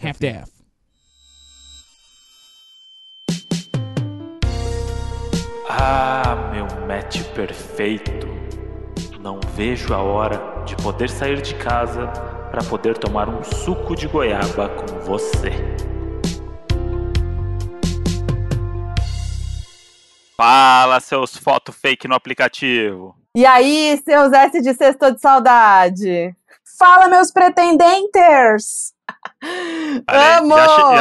half-daff. Ah, meu match perfeito. Não vejo a hora de poder sair de casa para poder tomar um suco de goiaba com você. Fala, seus foto fake no aplicativo. E aí, seus S de sexto de saudade? Fala, meus pretendentes! Amo!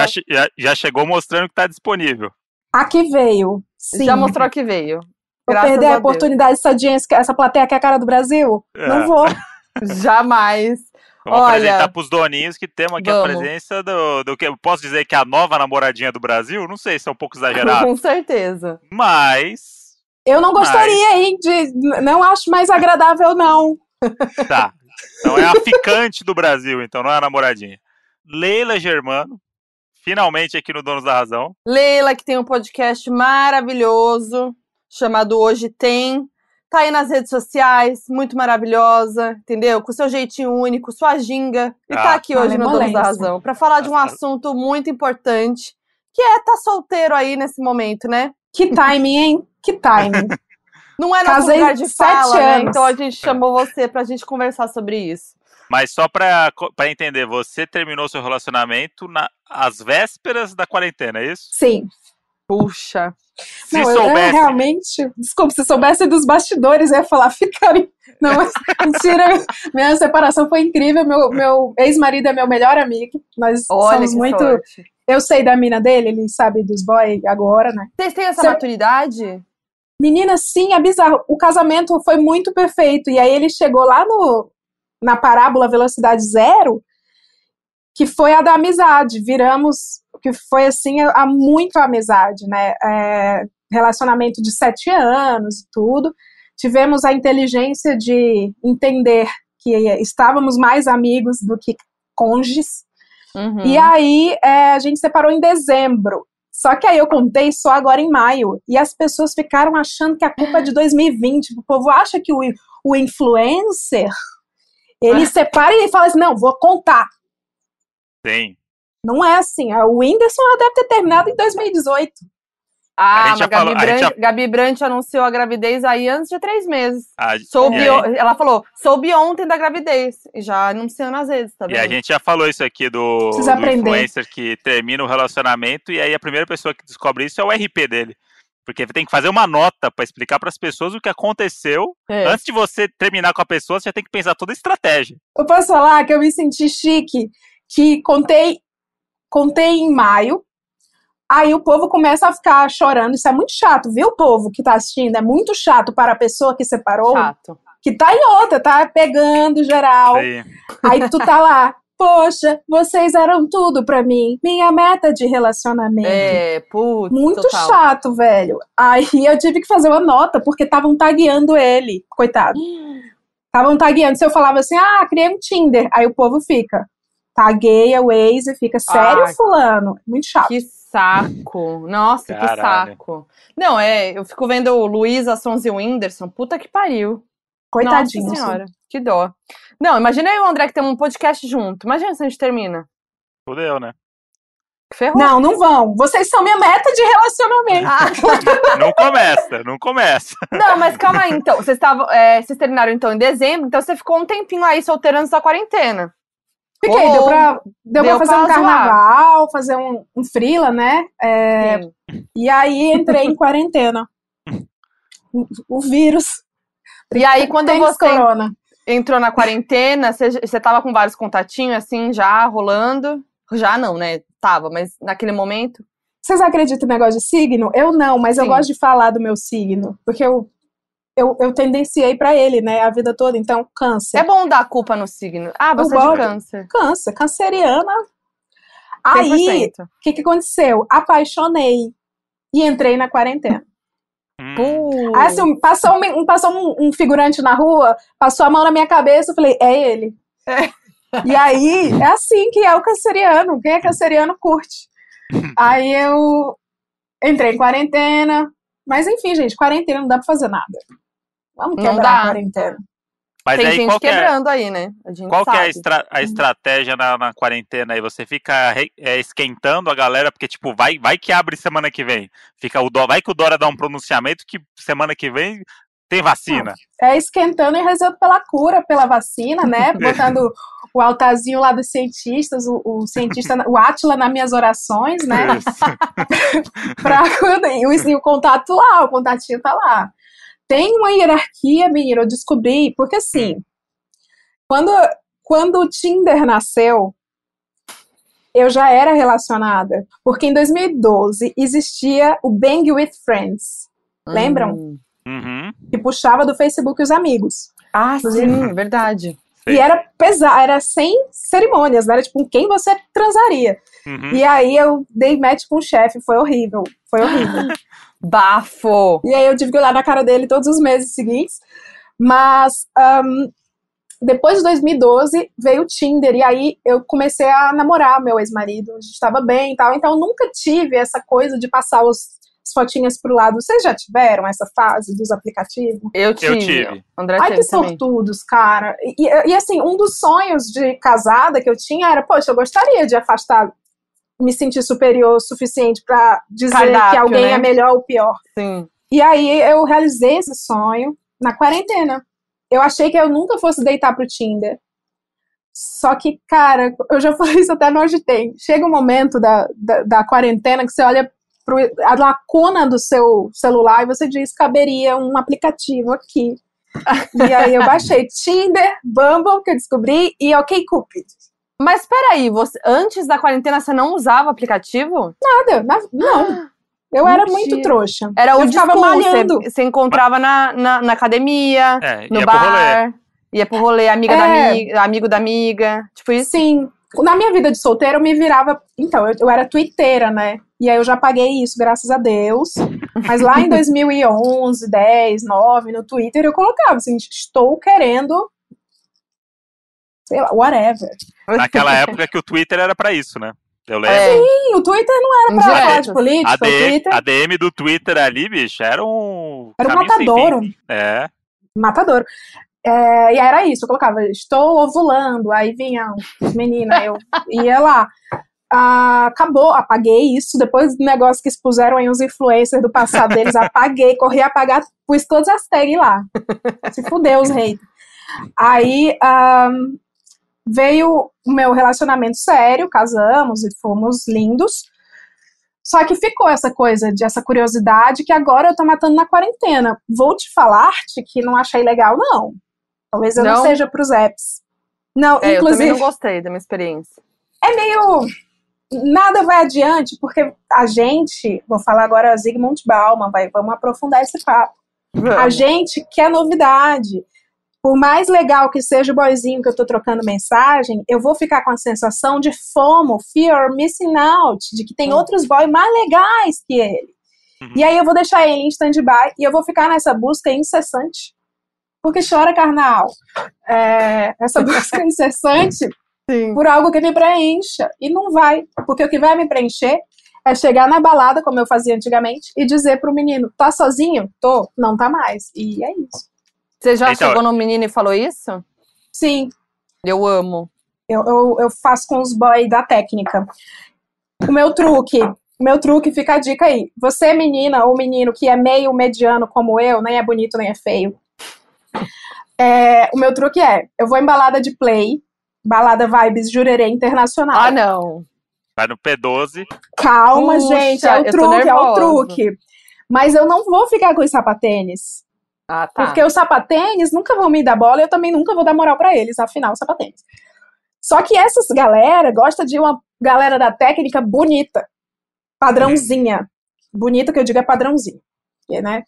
Já chegou mostrando que tá disponível. Aqui veio. Sim. Já mostrou que veio. Vou Graças perder a a Deus. oportunidade dessa audiência, essa plateia que é a cara do Brasil? Não vou. Jamais. Vamos Olha, apresentar pros doninhos que temos aqui vamos. a presença do que eu posso dizer que é a nova namoradinha do Brasil. Não sei se é um pouco exagerado, Com certeza. mas Eu não gostaria, hein? Não acho mais agradável, não. tá. Então é a ficante do Brasil, então não é a namoradinha. Leila Germano, finalmente aqui no Donos da Razão. Leila, que tem um podcast maravilhoso, chamado Hoje Tem. Tá aí nas redes sociais, muito maravilhosa, entendeu? Com seu jeitinho único, sua ginga. E tá aqui hoje no Donos da Razão, pra falar de um assunto muito importante, que é tá solteiro aí nesse momento, né? Que timing, hein? Que timing. Não é nosso Casei lugar de 7 fala, né? anos. Então a gente chamou você pra gente conversar sobre isso. Mas só pra entender, você terminou seu relacionamento às vésperas da quarentena, é isso? Sim. Puxa. Se não, soubesse... realmente, desculpa, se soubesse dos bastidores, eu ia falar, ficaria. Não, mas mentira, minha separação foi incrível. Meu ex-marido é meu melhor amigo. Nós somos muito. Sorte. Eu sei da mina dele, ele sabe dos boys agora, né? Vocês têm essa maturidade? Menina, sim, é bizarro. O casamento foi muito perfeito. E aí ele chegou lá na parábola velocidade zero, que foi a da amizade. Viramos, que foi assim, a muito amizade, né? Relacionamento de 7 anos e tudo. Tivemos a inteligência de entender que estávamos mais amigos do que cônjuges. Uhum. E aí a gente separou em dezembro. Só que aí eu contei só agora em maio. E as pessoas ficaram achando que a culpa é de 2020. O povo acha que o influencer, ele separa e fala assim, não, vou contar. Sim. Não é assim. O Whindersson já deve ter terminado em 2018. Ah, mas Gabi Brandt anunciou a gravidez aí antes de 3 meses. Ela falou, soube ontem da gravidez. E já anunciou nas redes, tá vendo? E a gente já falou isso aqui do influencer que termina o relacionamento e aí a primeira pessoa que descobre isso é o RP dele. Porque tem que fazer uma nota pra explicar pras pessoas o que aconteceu. Antes de você terminar com a pessoa, você já tem que pensar toda a estratégia. Eu posso falar que eu me senti chique, que contei em maio. Aí o povo começa a ficar chorando. Isso é muito chato, viu, povo que tá assistindo? É muito chato para a pessoa que separou. Chato. Que tá em outra, tá pegando geral. Sim. Aí tu tá lá, poxa, vocês eram tudo pra mim. Minha meta de relacionamento. Putz, muito total. chato, velho. Aí eu tive que fazer uma nota, porque estavam tagueando ele. Coitado. Estavam tagueando. Se eu falava assim, criei um Tinder. Aí o povo fica, tagueia o ex e fica, sério, fulano? Muito chato. Que saco. Nossa, Caralho. Que saco. Não, eu fico vendo o Luiz, Assons e o Whindersson. Puta que pariu. Coitadinho. Nossa senhora, que dó. Não, imagina eu e o André que temos um podcast junto. Imagina se a gente termina. Fudeu, né? Ferrou. Não vão. Vocês são minha meta de relacionamento. Não começa. Não, mas calma aí, então. Vocês terminaram então em dezembro, então você ficou um tempinho aí solteiro antes da quarentena. Fiquei, deu pra fazer um carnaval, fazer um freela, né? E aí entrei em quarentena. O vírus. E aí, quando você corona. entrou na quarentena, você tava com vários contatinhos, assim, já rolando? Já não, né? Tava, mas naquele momento... Vocês acreditam no negócio de signo? Eu não, mas eu gosto de falar do meu signo. Porque eu tendenciei pra ele, né? A vida toda. Então, câncer. É bom dar a culpa no signo. Você é de câncer. Câncer, canceriana. Aí, o que aconteceu? Apaixonei. E entrei na quarentena. Aí, assim, passou um figurante na rua, passou a mão na minha cabeça, eu falei, é ele. E aí, é assim que é o canceriano. Quem é canceriano curte. Aí eu entrei em quarentena. Mas enfim, gente, quarentena não dá pra fazer nada. Vamos quebrar a quarentena. Mas tem aí, gente quebrando aí, né? Qual que é a estratégia na quarentena aí? Você fica esquentando a galera, porque, tipo, vai que abre semana que vem. Vai que o Dória dá um pronunciamento que semana que vem tem vacina. É esquentando e rezando pela cura, pela vacina, né? Botando o altarzinho lá dos cientistas, o cientista, o Átila nas minhas orações, né? E o contato lá, o contatinho tá lá. Tem uma hierarquia, menina, eu descobri, porque assim, quando o Tinder nasceu, eu já era relacionada, porque em 2012 existia o Bang with Friends, lembram? Uhum. Que puxava do Facebook os amigos. Ah, sim, verdade. E era pesado, era sem cerimônias, né? Era tipo com quem você transaria. Uhum. E aí eu dei match com o chefe, foi horrível. Bafo! E aí eu tive que olhar na cara dele todos os meses seguintes. Mas depois de 2012 veio o Tinder, e aí eu comecei a namorar meu ex-marido. A gente estava bem e tal, então eu nunca tive essa coisa de passar as fotinhas pro lado. Vocês já tiveram essa fase dos aplicativos? Eu tive. André teve que sortudos, cara. E assim, um dos sonhos de casada que eu tinha era, poxa, eu gostaria de afastar, me sentir superior o suficiente pra dizer que alguém é melhor ou pior. Sim. E aí eu realizei esse sonho na quarentena. Eu achei que eu nunca fosse deitar pro Tinder. Só que, cara, eu já falei isso até no Hoje Tem. Chega um momento da quarentena que você olha a lacuna do seu celular e você diz, caberia um aplicativo aqui. E aí eu baixei Tinder, Bumble, que eu descobri, e OkCupid. Mas peraí, antes da quarentena você não usava aplicativo? Nada, não. Eu era muito trouxa. Era o ficava malhando. Você encontrava na academia, no ia bar, ia pro rolê, amigo da amiga, tipo isso? Sim. Na minha vida de solteira eu me virava... Então, eu era twitteira, né? E aí eu já paguei isso, graças a Deus. Mas lá em 2011, 10, 9, no Twitter, eu colocava assim, estou querendo... Sei lá, whatever. Naquela época que o Twitter era pra isso, né? Eu lembro. Sim, o Twitter não era pra falar de política. A DM do Twitter ali, bicho, era um... Era um matadouro. Matadouro. E era isso, eu colocava, estou ovulando, aí vinha menina, eu ia lá. Acabou, apaguei isso, depois do negócio que expuseram aí os influencers do passado deles, apaguei, corri a apagar, pus todas as tags lá. Se fudeu os haters. Aí veio o meu relacionamento sério, casamos e fomos lindos. Só que ficou essa coisa, essa curiosidade que agora eu tô matando na quarentena. Vou te falar-te que não achei legal, não. Talvez eu não seja pros apps. Não, inclusive... Eu também não gostei da minha experiência. É meio... Nada vai adiante, porque a gente... Vou falar agora Zygmunt Bauman, vamos aprofundar esse papo. A gente quer novidade. Por mais legal que seja o boyzinho que eu tô trocando mensagem, eu vou ficar com a sensação de FOMO, Fear of Missing Out, de que tem outros boys mais legais que ele. E aí eu vou deixar ele em stand-by e eu vou ficar nessa busca incessante. Porque chora, carnal. Essa busca incessante por algo que me preencha. E não vai. Porque o que vai me preencher é chegar na balada, como eu fazia antigamente, e dizer pro menino, tá sozinho? Tô. Não tá mais. E é isso. Você já chegou no menino e falou isso? Sim. Eu amo. Eu faço com os boys da técnica. O meu truque, fica a dica aí. Você, menina ou menino que é meio mediano como eu, nem é bonito nem é feio, o meu truque eu vou em balada de play, balada vibes jurerê internacional. Ah, não. Vai no P12. Calma, puxa, gente, é o truque. Mas eu não vou ficar com os sapatênis. Ah, tá. Porque os sapatênis nunca vão me dar bola e eu também nunca vou dar moral pra eles, afinal, sapatênis. Só que essas galera gosta de uma galera da técnica bonita, padrãozinha. Bonita que eu digo é padrãozinho, né?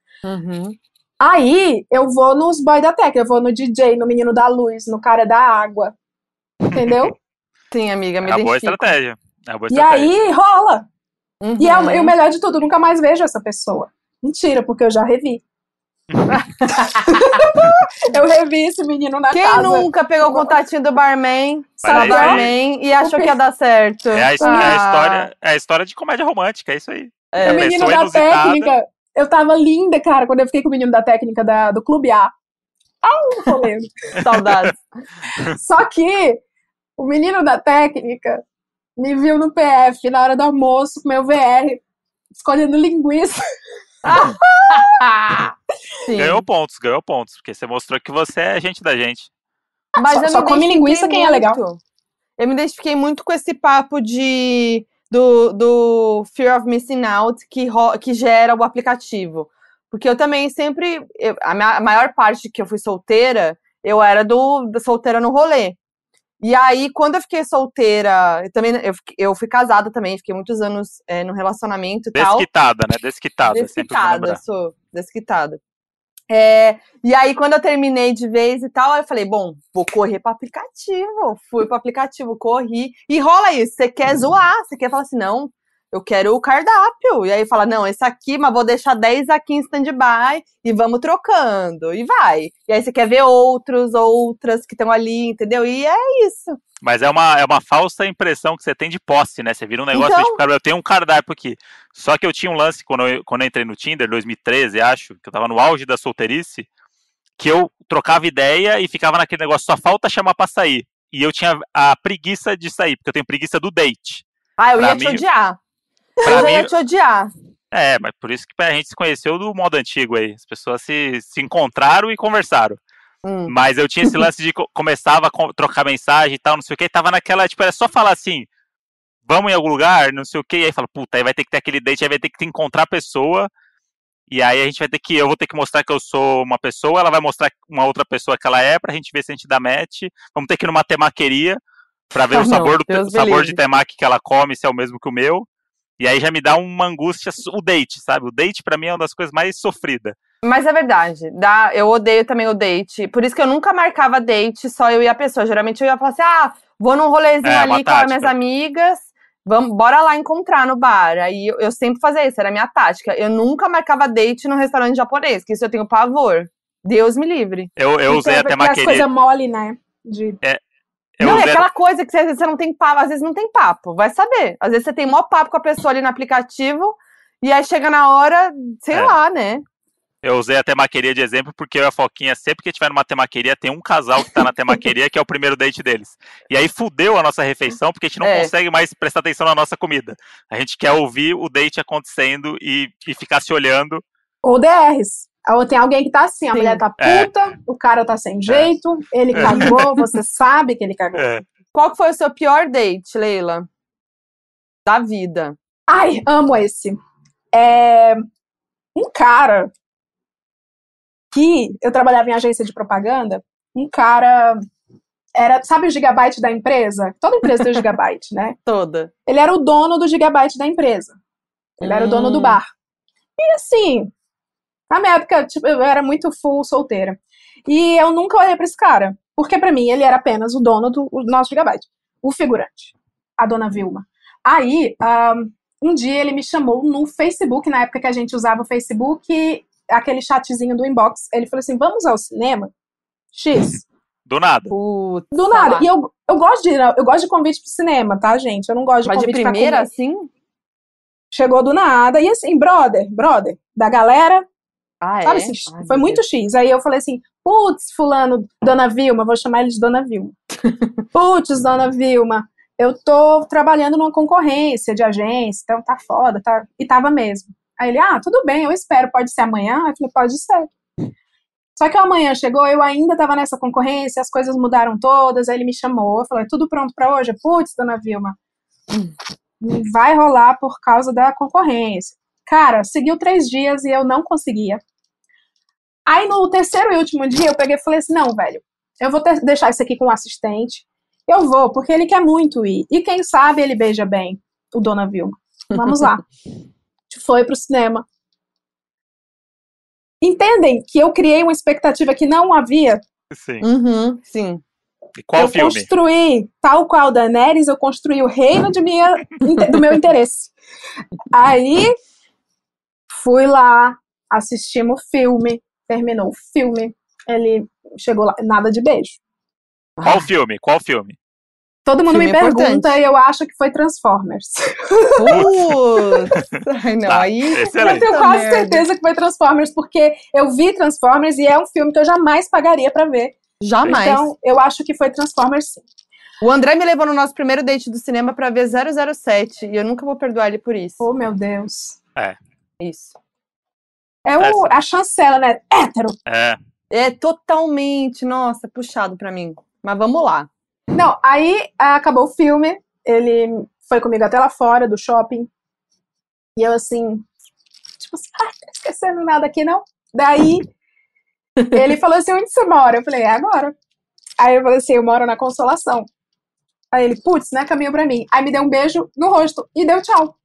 Aí eu vou nos boy da técnica, eu vou no DJ, no menino da luz, no cara da água. Entendeu? Sim, amiga, me identifico. É boa estratégia. E aí rola. E o melhor de tudo, eu nunca mais vejo essa pessoa. Mentira, porque eu já revi. Eu revi esse menino na casa. Quem nunca pegou o contatinho do barman, e achou que ia dar certo? É a história de comédia romântica, é isso aí. O menino da técnica, eu tava linda, cara, quando eu fiquei com o menino da técnica do Clube A. Roleiro. Saudades. Só que o menino da técnica me viu no PF na hora do almoço com meu VR, escolhendo linguiça. Ganhou pontos, porque você mostrou que você é gente da gente. Mas só come linguiça quem é legal. Eu me identifiquei muito com esse papo do Fear of Missing Out que gera o aplicativo. Porque eu também sempre... a maior parte que eu fui solteira, eu era da solteira no rolê. E aí, quando eu fiquei solteira, eu fui casada também, fiquei muitos anos no relacionamento e tal. Desquitada, né? Desquitada, sou desquitada. E aí, quando eu terminei de vez e tal, eu falei, bom, vou correr pro aplicativo. Fui pro aplicativo, corri. E rola isso, você quer zoar, você quer falar assim, não, eu quero o cardápio. E aí fala, não, esse aqui, mas vou deixar 10 aqui em stand-by e vamos trocando. E vai. E aí você quer ver outras que estão ali, entendeu? E é isso. Mas é uma falsa impressão que você tem de posse, né? Você vira um negócio, então... tipo, eu tenho um cardápio aqui. Só que eu tinha um lance, quando eu entrei no Tinder, 2013, acho, que eu tava no auge da solteirice, que eu trocava ideia e ficava naquele negócio, só falta chamar pra sair. E eu tinha a preguiça de sair, porque eu tenho preguiça do date. Eu ia te odiar. Eu já ia te odiar. Mas por isso que a gente se conheceu do modo antigo aí. As pessoas se encontraram e conversaram. Mas eu tinha esse lance de começava a trocar mensagem e tal, não sei o que, e tava naquela, tipo, era só falar assim, vamos em algum lugar, não sei o que, e aí fala, puta, aí vai ter que ter aquele date, aí vai ter que encontrar a pessoa, e aí a gente eu vou ter que mostrar que eu sou uma pessoa, ela vai mostrar uma outra pessoa que ela é, pra gente ver se a gente dá match, vamos ter que ir numa temaqueria, pra ver o sabor de temaki que ela come, se é o mesmo que o meu, e aí já me dá uma angústia, o date, sabe? O date pra mim é uma das coisas mais sofridas. Mas é verdade, eu odeio também o date. Por isso que eu nunca marcava date, só eu e a pessoa. Geralmente eu ia falar assim, vou num rolezinho ali com as minhas amigas, bora lá encontrar no bar. Aí eu sempre fazia isso, era a minha tática. Eu nunca marcava date no restaurante japonês, que isso eu tenho pavor. Deus me livre. Eu usei até maqueria. As coisas mole, né? Não, é aquela coisa que você não tem papo, às vezes não tem papo, vai saber. Às vezes você tem maior papo com a pessoa ali no aplicativo, e aí chega na hora, sei lá, né? Eu usei a temaqueria de exemplo porque eu e a Foquinha, sempre que tiver numa temaqueria, tem um casal que tá na temaqueria que é o primeiro date deles. E aí fudeu a nossa refeição porque a gente não consegue mais prestar atenção na nossa comida. A gente quer ouvir o date acontecendo e ficar se olhando. Ou DRs. Tem alguém que tá assim, a mulher tá puta, o cara tá sem jeito, ele cagou, você sabe que ele cagou. Qual que foi o seu pior date, Leila? Da vida. Ai, amo esse. Um cara que eu trabalhava em agência de propaganda, um cara sabe o gigabyte da empresa? Toda empresa tem o gigabyte, né? Toda. Ele era o dono do gigabyte da empresa. Ele era o dono do bar. E assim, na minha época, tipo, eu era muito full solteira. E eu nunca olhei pra esse cara. Porque pra mim, ele era apenas o dono do nosso gigabyte. O figurante. A dona Vilma. Aí, um dia ele me chamou no Facebook, na época que a gente usava o Facebook, aquele chatzinho do inbox. Ele falou assim, vamos ao cinema? X. Do nada. Do nada. E eu gosto de convite pro cinema, tá, gente? Eu não gosto de convite pra comer. Mas de primeira, assim? Chegou do nada. E assim, brother, da galera. Sabe assim, foi muito X. Aí eu falei assim, putz, fulano, dona Vilma, vou chamar ele de dona Vilma. Putz, dona Vilma, eu tô trabalhando numa concorrência de agência, então tá foda, tá? E tava mesmo. Aí ele, tudo bem, eu espero, pode ser amanhã? Eu falei, pode ser. Só que amanhã chegou, eu ainda tava nessa concorrência, as coisas mudaram todas, aí ele me chamou, eu falei, tudo pronto pra hoje? Putz, dona Vilma, vai rolar por causa da concorrência. Cara, seguiu 3 dias e eu não conseguia. Aí no terceiro e último dia eu peguei e falei assim, não, velho, eu vou deixar isso aqui com o assistente, eu vou, porque ele quer muito ir. E quem sabe ele beija bem o dona Vilma. Vamos lá. A gente foi pro cinema. Entendem que eu criei uma expectativa que não havia? Sim. Sim. E qual filme? Eu construí, tal qual Daenerys, eu construí o reino do meu interesse. Aí, fui lá, assistimos o filme, terminou o filme, ele chegou lá, nada de beijo. Qual filme? Todo mundo me pergunta e eu acho que foi Transformers. Ai, não, aí... Eu tenho quase certeza que foi Transformers, porque eu vi Transformers e é um filme que eu jamais pagaria pra ver. Jamais. Então, eu acho que foi Transformers, sim. O André me levou no nosso primeiro date do cinema pra ver 007 e eu nunca vou perdoar ele por isso. Oh, meu Deus. Isso. É a chancela, né? Hétero. É totalmente, nossa, puxado pra mim. Mas vamos lá. Não, aí acabou o filme, ele foi comigo até lá fora do shopping, e eu assim, tipo assim, não tô esquecendo nada aqui, não? Daí, ele falou assim, onde você mora? Eu falei, agora. Aí eu falei assim, eu moro na Consolação. Aí ele, putz, né, caminho pra mim. Aí me deu um beijo no rosto e deu tchau.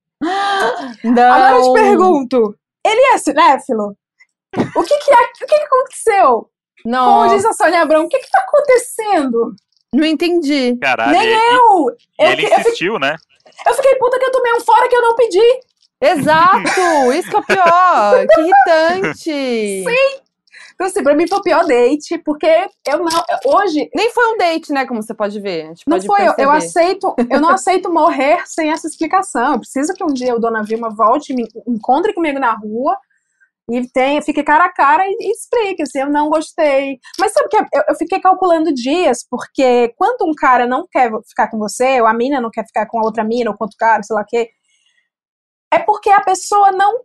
Não. Agora eu te pergunto, ele é cinéfilo? O que aconteceu? Não. Como diz a Sônia Abrão, o que tá acontecendo? Não entendi. Caralho. Nem eu! Ele insistiu, né? Eu fiquei puta que eu tomei um fora que eu não pedi. Exato! Isso que é o pior! Que irritante! Sim! Então, assim, pra mim foi o pior date, porque eu não... Hoje... Nem foi um date, né? Como você pode ver. A gente não pode foi, perceber. eu não aceito morrer sem essa explicação. Eu preciso que um dia o Dona Vilma volte, me encontre comigo na rua e fique cara a cara e explique, assim, eu não gostei. Mas sabe o que? Eu fiquei calculando dias, porque quando um cara não quer ficar com você, ou a mina não quer ficar com a outra mina, ou com outro cara, sei lá o quê, é porque a pessoa não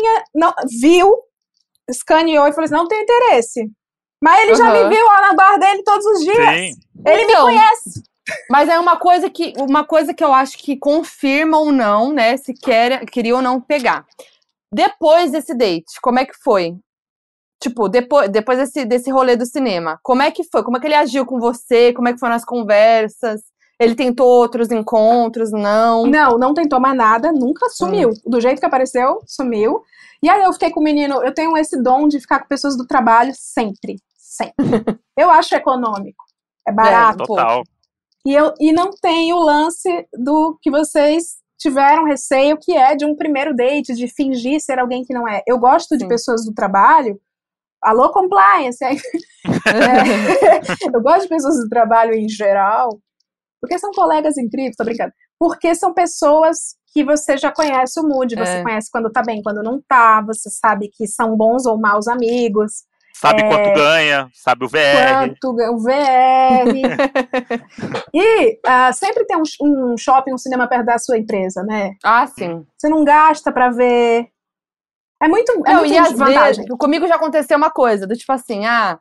viu, escaneou e falou assim, não tem interesse. Mas ele já me viu lá na barra dele todos os dias. Sim. Ele me conhece. Mas é uma coisa que eu acho que confirma ou não, né, se queria ou não pegar. Depois desse date, como é que foi? Tipo, depois desse rolê do cinema, como é que foi? Como é que ele agiu com você? Como é que foram as conversas? Ele tentou outros encontros? Não? Não tentou mais nada, nunca sumiu. Do jeito que apareceu, sumiu. E aí eu fiquei com o menino, eu tenho esse dom de ficar com pessoas do trabalho sempre. Eu acho econômico. É barato. Total. E não tem o lance do que vocês tiveram receio, que é de um primeiro date, de fingir ser alguém que não é. Eu gosto de pessoas do trabalho. Alô, compliance! Eu gosto de pessoas do trabalho em geral, porque são colegas incríveis, tô brincando. Porque são pessoas que você já conhece o mood, você conhece quando tá bem, quando não tá, você sabe que são bons ou maus amigos. Sabe quanto ganha, sabe o VR. O VR. E sempre tem um shopping, um cinema perto da sua empresa, né? Ah, sim. Você não gasta pra ver. É muito e às vantagem. vezes, comigo já aconteceu uma coisa, do tipo assim,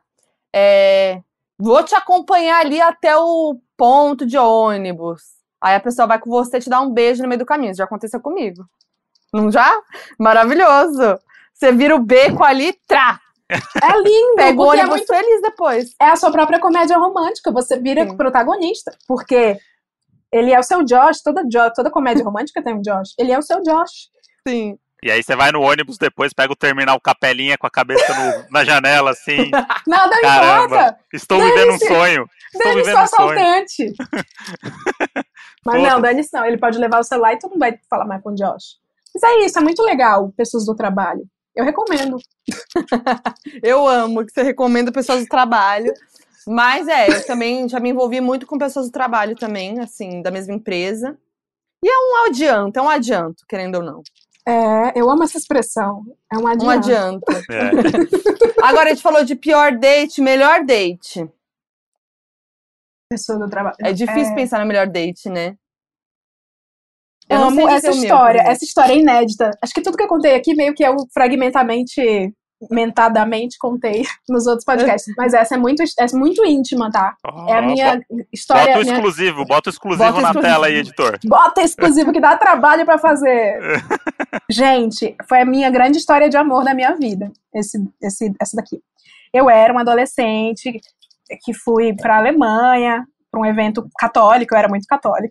vou te acompanhar ali até o ponto de ônibus. Aí a pessoa vai com você te dar um beijo no meio do caminho. Isso já aconteceu comigo. Não já? Maravilhoso. Você vira o beco ali, trá! É lindo, pega o ônibus muito feliz depois. É a sua própria comédia romântica, você vira protagonista, porque ele é o seu Josh, toda comédia romântica tem um Josh, ele é o seu Josh. Sim. E aí você vai no ônibus depois, pega o terminal Capelinha com a cabeça na janela, assim. Nada importa. Estou vivendo um sonho. Dane-se o assaltante. Mas não, dane-se não, ele pode levar o celular e tu não vai falar mais com o Josh. Mas é isso, é muito legal, pessoas do trabalho. Eu recomendo. Eu amo que você recomenda pessoas do trabalho. Mas eu também já me envolvi muito com pessoas do trabalho também, assim, da mesma empresa. E é um adianto, querendo ou não. Eu amo essa expressão. É um adianto. Um adianto. Agora a gente falou de pior date, melhor date. Pessoa do trabalho. É difícil pensar no melhor date, né? Eu amo essa história. Essa história é inédita. Acho que tudo que eu contei aqui meio que eu mentadamente contei nos outros podcasts. Mas essa é muito íntima, tá? É a minha história. Bota o exclusivo na tela aí, editor. Bota exclusivo que dá trabalho pra fazer. Gente, foi a minha grande história de amor da minha vida. Essa daqui. Eu era uma adolescente que fui pra Alemanha, pra um evento católico, eu era muito católica.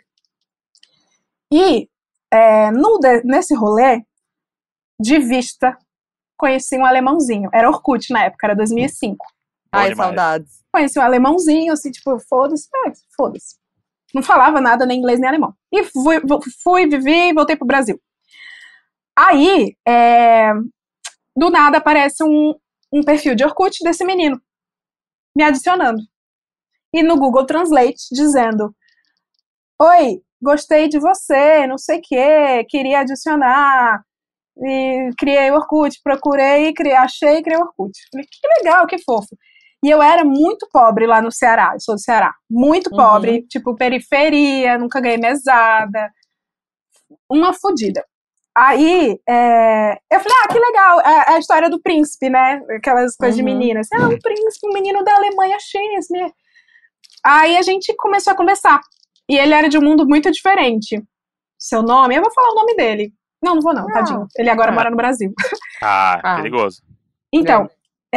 E nesse rolê, de vista, conheci um alemãozinho. Era Orkut na época, era 2005. Ai, saudades. Conheci um alemãozinho, assim, tipo, foda-se. Não falava nada, nem inglês, nem alemão. E vivi e voltei pro Brasil. Aí, do nada, aparece um perfil de Orkut desse menino, me adicionando. E no Google Translate, dizendo: oi, gostei de você, não sei o quê, queria adicionar, e criei o Orkut, procurei, achei e criei o Orkut. Falei, que legal, que fofo. E eu era muito pobre lá no Ceará, eu sou do Ceará, muito pobre, tipo periferia, nunca ganhei mesada, uma fodida. Aí, eu falei, que legal, a história do príncipe, né, aquelas coisas de meninas. Um príncipe, um menino da Alemanha X, né? Aí a gente começou a conversar. E ele era de um mundo muito diferente. Seu nome? Eu vou falar o nome dele. Não vou não, tadinho. Ele agora mora no Brasil. Perigoso. Então,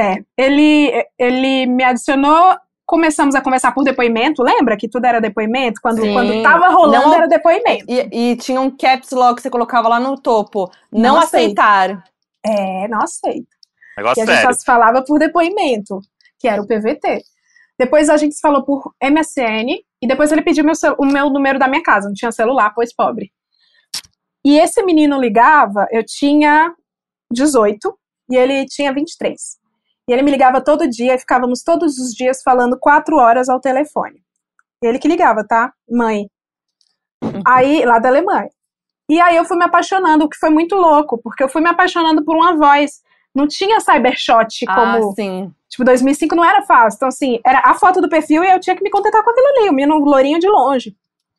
ele me adicionou, começamos a conversar por depoimento, lembra que tudo era depoimento? Quando tava rolando era depoimento. E tinha um caps lock que você colocava lá no topo. Não aceitar. Não aceito. Negócio e a gente só se falava por depoimento, que era o PVT. Depois a gente se falou por MSN, e depois ele pediu o meu número da minha casa, não tinha celular, pois pobre. E esse menino ligava, eu tinha 18, e ele tinha 23. E ele me ligava todo dia, e ficávamos todos os dias falando 4 horas ao telefone. Ele que ligava, tá? Mãe. Aí, lá da Alemanha. E aí eu fui me apaixonando, o que foi muito louco, porque eu fui me apaixonando por uma voz. Não tinha cybershot como... sim. Tipo, 2005 não era fácil. Então, assim, era a foto do perfil e eu tinha que me contentar com aquilo ali, o menino lourinho de longe.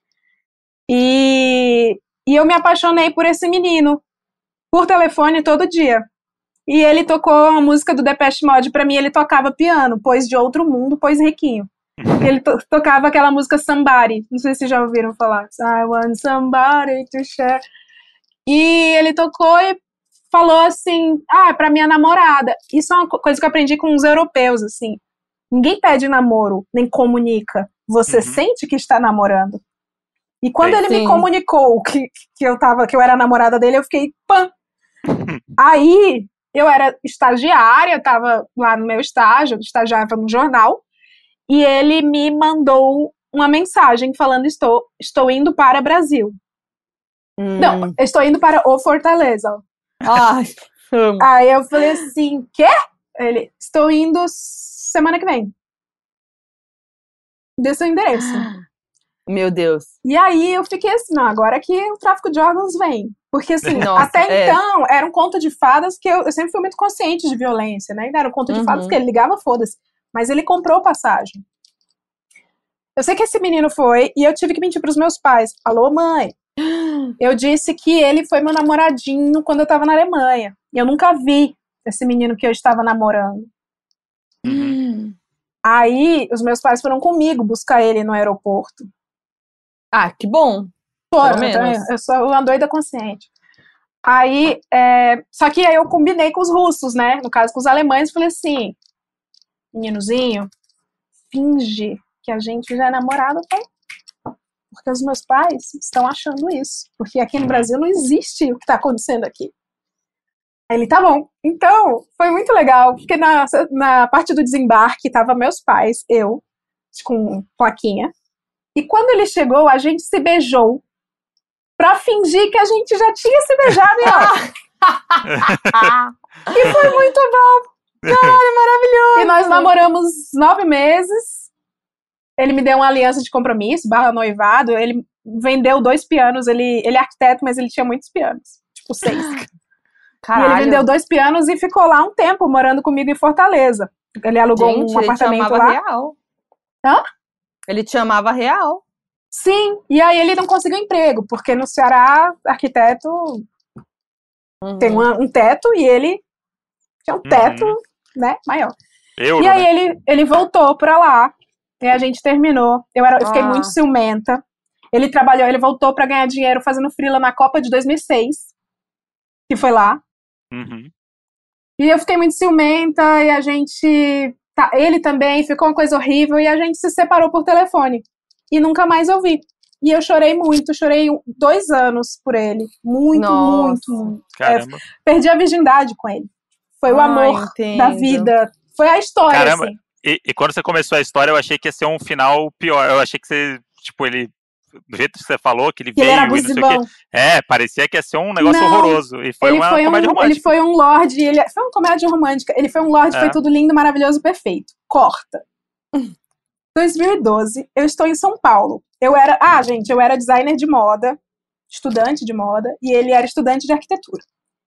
E eu me apaixonei por esse menino, por telefone todo dia. E ele tocou a música do Depeche Mode pra mim, ele tocava piano, pois de outro mundo, pois riquinho. Ele tocava aquela música Somebody, não sei se vocês já ouviram falar. I want somebody to share. E ele tocou e falou assim, pra minha namorada. Isso é uma coisa que eu aprendi com os europeus, assim. Ninguém pede namoro, nem comunica. Você sente que está namorando. E quando ele me comunicou que eu era a namorada dele, eu fiquei, pã! Aí, eu era estagiária, tava lá no meu estágio, estagiava no jornal, e ele me mandou uma mensagem falando, estou indo para Brasil. Não, estou indo para o Fortaleza. Aí eu falei assim, quê? Ele, estou indo semana que vem. Dê seu endereço. Meu Deus. E aí eu fiquei assim, não, agora que o tráfico de órgãos vem. Porque assim, então, era um conto de fadas que eu sempre fui muito consciente de violência, né? Era um conto de fadas que ele ligava, foda-se. Mas ele comprou passagem. Eu sei que esse menino foi, e eu tive que mentir pros meus pais. Alô, mãe? Eu disse que ele foi meu namoradinho quando eu tava na Alemanha. E eu nunca vi esse menino que eu estava namorando. Aí, os meus pais foram comigo buscar ele no aeroporto. Que bom. Foram, então, eu sou uma doida consciente. Aí, só que aí eu combinei com os russos, né? No caso, com os alemães, falei assim, meninozinho, finge que a gente já é namorado, tá? Porque os meus pais estão achando isso. Porque aqui no Brasil não existe o que tá acontecendo aqui. Aí ele, tá bom. Então, foi muito legal, porque na parte do desembarque tava meus pais, eu, com plaquinha. E quando ele chegou, a gente se beijou pra fingir que a gente já tinha se beijado em E foi muito bom. Cara, maravilhoso. E nós namoramos 9 meses. Ele me deu uma aliança de compromisso, /noivado. Ele vendeu 2 pianos. Ele é arquiteto, mas ele tinha muitos pianos. Tipo 6. Caralho. E ele vendeu 2 pianos e ficou lá um tempo, morando comigo em Fortaleza. Ele alugou um apartamento lá. Real. Hã? Ele te amava real. Sim, e aí ele não conseguiu emprego, porque no Ceará, arquiteto tem um teto e ele tinha um teto, né, maior. Euro, e aí ele voltou pra lá, e a gente terminou. Eu fiquei muito ciumenta. Ele voltou pra ganhar dinheiro fazendo freela na Copa de 2006, que foi lá. E eu fiquei muito ciumenta, e a gente... ele também, ficou uma coisa horrível, e a gente se separou por telefone. E nunca mais eu vi. E eu chorei muito, chorei 2 anos por ele. Muito, muito. Caramba. Perdi a virgindade com ele. Foi o amor da vida. Foi a história, caramba. Assim. E quando você começou a história, eu achei que ia ser um final pior. Eu achei que você, tipo, ele... Do jeito que você falou, que ele veio era e não sei o quê. Parecia que ia ser um negócio horroroso. E foi uma comédia romântica. Ele foi um lorde, foi uma comédia romântica. Ele foi um lorde, foi tudo lindo, maravilhoso, perfeito. Corta. 2012, eu estou em São Paulo. eu era designer de moda, estudante de moda, e ele era estudante de arquitetura.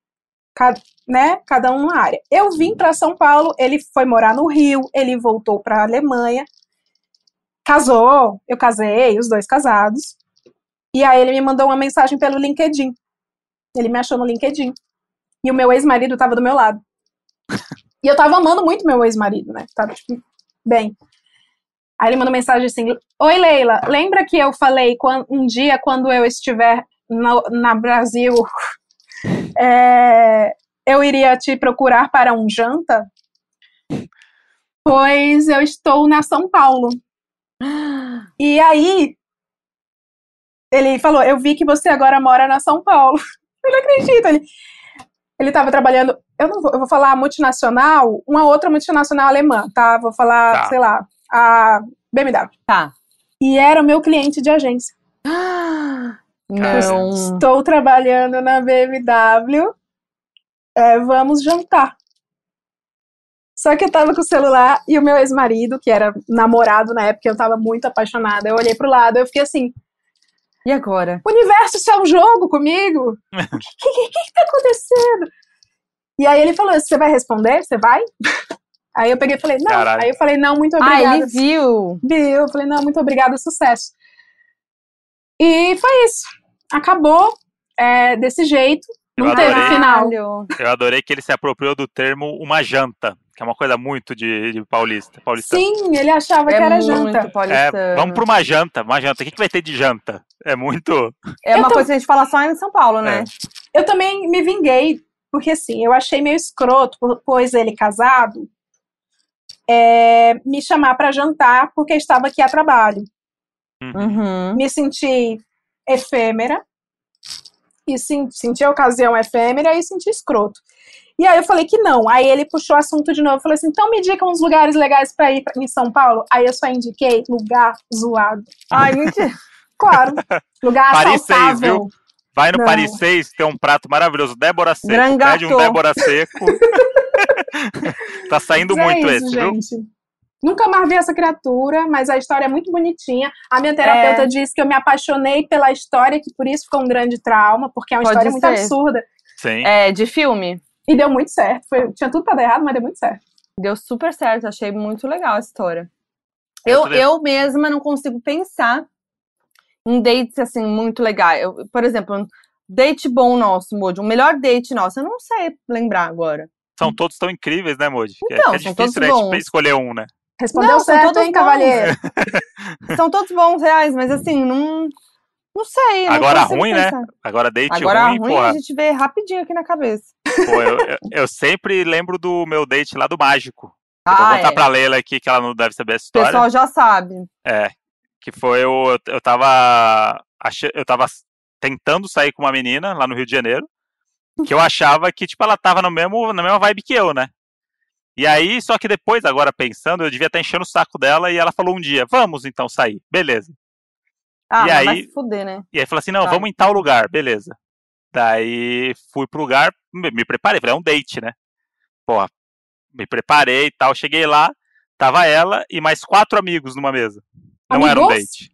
Cada um na área. Eu vim para São Paulo, ele foi morar no Rio, ele voltou para a Alemanha, casou, eu casei, os dois casados, e aí ele me mandou uma mensagem pelo LinkedIn. Ele me achou no LinkedIn. E o meu ex-marido estava do meu lado. E eu tava amando muito meu ex-marido, né? Tava, tipo, bem. Aí ele mandou mensagem assim: Oi, Leila, lembra que eu falei um dia, quando eu estiver na Brasil, eu iria te procurar para um janta? Pois eu estou na São Paulo. E aí, ele falou: eu vi que você agora mora na São Paulo. Eu não acredito. Ele estava trabalhando, eu vou falar multinacional, uma outra multinacional alemã, tá? Vou falar, sei lá, a BMW. Tá. E era o meu cliente de agência. Não. Estou trabalhando na BMW, vamos jantar. Só que eu tava com o celular e o meu ex-marido, que era namorado na época, eu tava muito apaixonada, eu olhei pro lado, eu fiquei assim... E agora? O universo, isso é um jogo comigo? O que tá acontecendo? E aí ele falou: você vai responder? Você vai? Aí eu peguei e falei: não. Caralho. Aí eu falei: não, muito obrigada. Ah, ele viu? Viu. Eu falei: não, muito obrigada, sucesso. E foi isso. Acabou desse jeito. Não teve final. Eu adorei que ele se apropriou do termo uma janta, que é uma coisa muito de paulista. Sim, ele achava que era janta. Vamos pra uma janta. O que vai ter de janta? É muito... É uma coisa que a gente fala só em São Paulo, né? Eu também me vinguei, porque assim, eu achei meio escroto, pois ele casado, me chamar pra jantar porque estava aqui a trabalho. Uhum. Me senti efêmera, e senti a ocasião efêmera e senti escroto. E aí eu falei que não. Aí ele puxou o assunto de novo. Eu falei assim: então me indica uns lugares legais pra ir em São Paulo. Aí eu só indiquei lugar zoado. Ai, mentira. Claro. Lugar Paris assaltável. 6, viu? Vai no Paris 6, tem um prato maravilhoso. Débora Seco. Drangato. Pede um Débora Seco. Tá saindo muito isso, esse, gente. Viu? Nunca mais vi essa criatura, mas a história é muito bonitinha. A minha terapeuta disse que eu me apaixonei pela história, que por isso foi um grande trauma, porque é uma história muito absurda. Sim. De filme. E deu muito certo. Tinha tudo pra dar errado, mas deu muito certo. Deu super certo, achei muito legal a história. Eu mesma não consigo pensar em dates, assim, muito legais. Por exemplo, um date bom nosso, Moody, um melhor date nosso, eu não sei lembrar agora. São todos tão incríveis, né, Moody? Então, é difícil, né, escolher um, né? Respondeu certo, hein, cavalheiro? São todos bons, reais, mas assim, não sei. Agora ruim, pensar. Né? Agora date agora ruim, porra. A gente vê rapidinho aqui na cabeça. Pô, eu sempre lembro do meu date lá do Mágico. Eu vou contar pra Leila aqui, que ela não deve saber essa história. O pessoal já sabe. Que foi eu tava tentando sair com uma menina lá no Rio de Janeiro, que eu achava que, tipo, ela tava na mesma vibe que eu, né? E aí, só que depois, agora pensando, eu devia estar enchendo o saco dela e ela falou um dia: vamos então sair, beleza. E aí, vai se fuder, né? E aí falou assim: não, vamos em tal lugar, beleza. Daí fui pro lugar, me preparei, falei: é um date, né? Porra, me preparei e tal, cheguei lá, tava ela e mais 4 amigos numa mesa. Não era um date.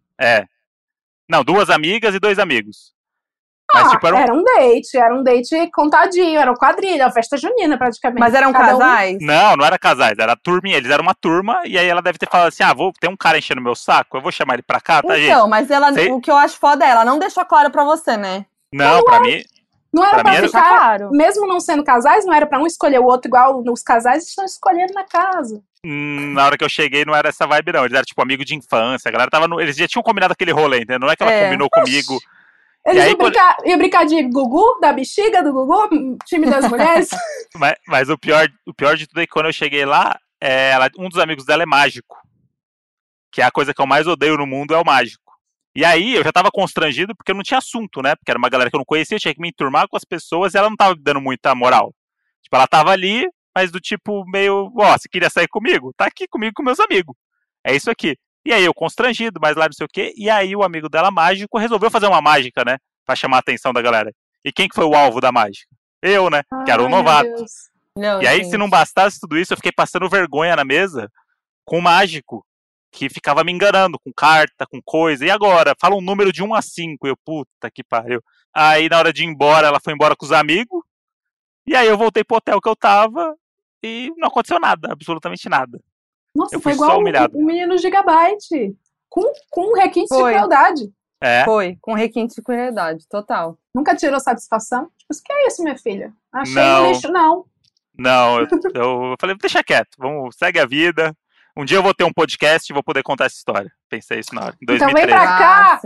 Não, 2 amigas e 2 amigos. Mas, tipo, era um date contadinho, era um quadrilha, uma festa junina praticamente. Mas eram casais? Não era casais, era turminha, eles eram uma turma, e aí ela deve ter falado assim: tem um cara enchendo meu saco, eu vou chamar ele pra cá, tá, gente? Então, mas o que eu acho foda é, ela não deixou claro pra você, né? Não, pra mim... Não era pra ficar, claro. Mesmo não sendo casais, não era pra um escolher o outro, igual os casais estão escolhendo na casa. Na hora que eu cheguei, não era essa vibe, não. Eles eram, tipo, amigo de infância. A galera eles já tinham combinado aquele rolê, entendeu? Não é que ela combinou comigo. Eles iam brincar de Gugu, da bexiga do Gugu, time das mulheres. mas o pior de tudo é que quando eu cheguei lá, um dos amigos dela é mágico. Que é a coisa que eu mais odeio no mundo, é o mágico. E aí, eu já tava constrangido porque eu não tinha assunto, né? Porque era uma galera que eu não conhecia, eu tinha que me enturmar com as pessoas e ela não tava me dando muita moral. Tipo, ela tava ali, mas do tipo, meio, você queria sair comigo? Tá aqui comigo com meus amigos. É isso aqui. E aí, eu constrangido, mas lá não sei o quê. E aí, o amigo dela, mágico, resolveu fazer uma mágica, né? Pra chamar a atenção da galera. E quem que foi o alvo da mágica? Eu, né? Que era o novato. Não, e aí, se não bastasse tudo isso, eu fiquei passando vergonha na mesa com o mágico. que ficava me enganando com carta, com coisa. E agora? Fala um número de 1 a 5. Eu, puta que pariu. Aí, na hora de ir embora, ela foi embora com os amigos. E aí, eu voltei pro hotel que eu tava e não aconteceu nada, absolutamente nada. Nossa, eu foi fui igual só humilhado. o menino Gigabyte. Com requinte de crueldade. Foi, com requinte de crueldade, total. Nunca tirou satisfação? Tipo, o que é isso, minha filha? Achei no lixo, não. Não, eu falei, deixa quieto, segue a vida. Um dia eu vou ter um podcast e vou poder contar essa história. Pensei isso na hora, em 2013. Então vem pra cá!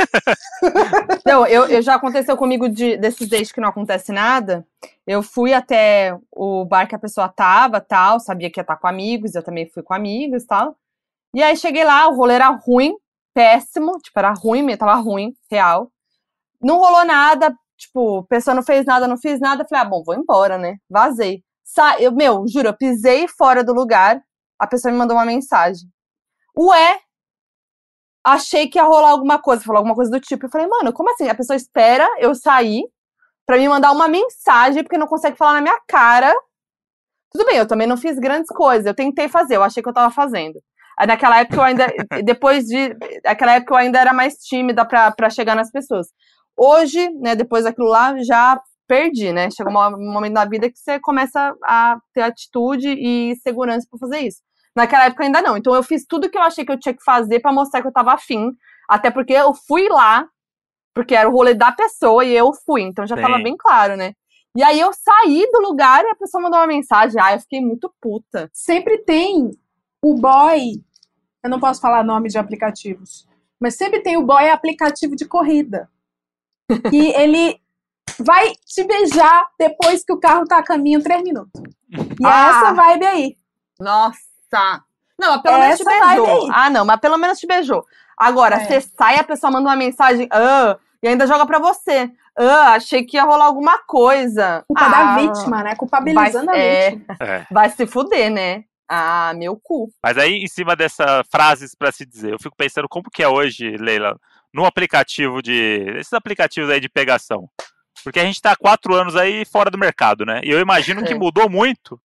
Não, eu já aconteceu comigo desses dates que não acontece nada. Eu fui até o bar que a pessoa tava, tal, sabia que ia estar com amigos, eu também fui com amigos, tal. E aí cheguei lá, o rolê era ruim, péssimo, tipo, era ruim mesmo, tava ruim, real. Não rolou nada, tipo, a pessoa não fez nada, não fiz nada, falei, bom, vou embora, né? Vazei. Juro, eu pisei fora do lugar, a pessoa me mandou uma mensagem. Ué, achei que ia rolar alguma coisa, falou alguma coisa do tipo. Eu falei, mano, como assim? A pessoa espera eu sair pra me mandar uma mensagem, porque não consegue falar na minha cara. Tudo bem, eu também não fiz grandes coisas, eu tentei fazer, eu achei que eu tava fazendo. Aí naquela época eu ainda, naquela época eu ainda era mais tímida pra chegar nas pessoas. Hoje, né, depois daquilo lá, já perdi, né? Chegou um momento na vida que você começa a ter atitude e segurança pra fazer isso. Naquela época ainda não. Então eu fiz tudo que eu achei que eu tinha que fazer pra mostrar que eu tava afim. Até porque eu fui lá, porque era o rolê da pessoa e eu fui. Então já tava bem claro, né? E aí eu saí do lugar e a pessoa mandou uma mensagem. Eu fiquei muito puta. Sempre tem o boy, eu não posso falar nome de aplicativos, mas sempre tem o boy aplicativo de corrida. E ele vai te beijar depois que o carro tá a caminho 3 minutos. E é essa vibe aí. Nossa! Não, mas pelo menos te beijou. Não, mas pelo menos te beijou. Agora, você sai, a pessoa manda uma mensagem, e ainda joga pra você. Achei que ia rolar alguma coisa. Culpa da vítima, né? Culpabilizando a vítima. Vai se fuder, né? Meu cu. Mas aí, em cima dessas frases pra se dizer, eu fico pensando como que é hoje, Leila, no aplicativo esses aplicativos aí de pegação. Porque a gente tá há 4 anos aí fora do mercado, né? E eu imagino que mudou muito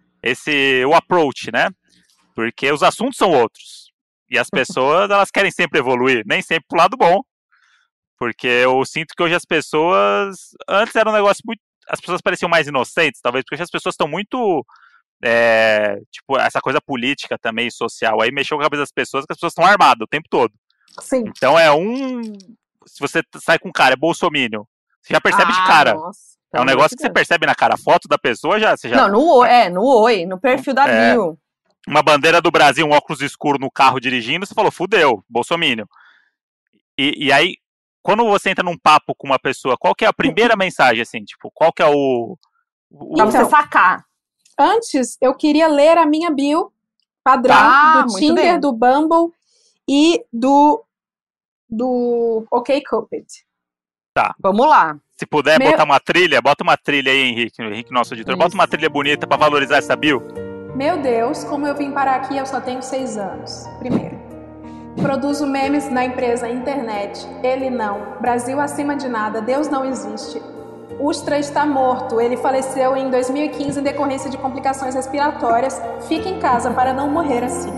o approach, né? Porque os assuntos são outros. E as pessoas, elas querem sempre evoluir, nem sempre pro lado bom. Porque eu sinto que hoje as pessoas... Antes era um negócio muito... As pessoas pareciam mais inocentes, talvez, porque hoje as pessoas estão muito... tipo, essa coisa política também, social. Aí mexeu com a cabeça das pessoas, que as pessoas estão armadas o tempo todo. Sim. Então se você sai com um cara, é bolsominion, você já percebe de cara. Nossa, é um negócio que você percebe na cara. A foto da pessoa você já... Não, no oi, no perfil da bio. Uma bandeira do Brasil, um óculos escuro no carro dirigindo, você falou, fudeu, bolsominion. E aí, quando você entra num papo com uma pessoa, qual que é a primeira mensagem, assim, tipo, qual que é Pra você sacar. Antes, eu queria ler a minha bio padrão do Tinder, do Bumble e do OkCupid. Tá. Vamos lá. Se puder botar uma trilha, bota uma trilha aí, Henrique, nosso editor. Bota uma trilha bonita pra valorizar essa bio. Meu Deus, como eu vim parar aqui, eu só tenho 6 anos. Primeiro. Produzo memes na empresa internet. Ele não. Brasil acima de nada. Deus não existe. Ustra está morto. Ele faleceu em 2015 em decorrência de complicações respiratórias. Fique em casa para não morrer assim.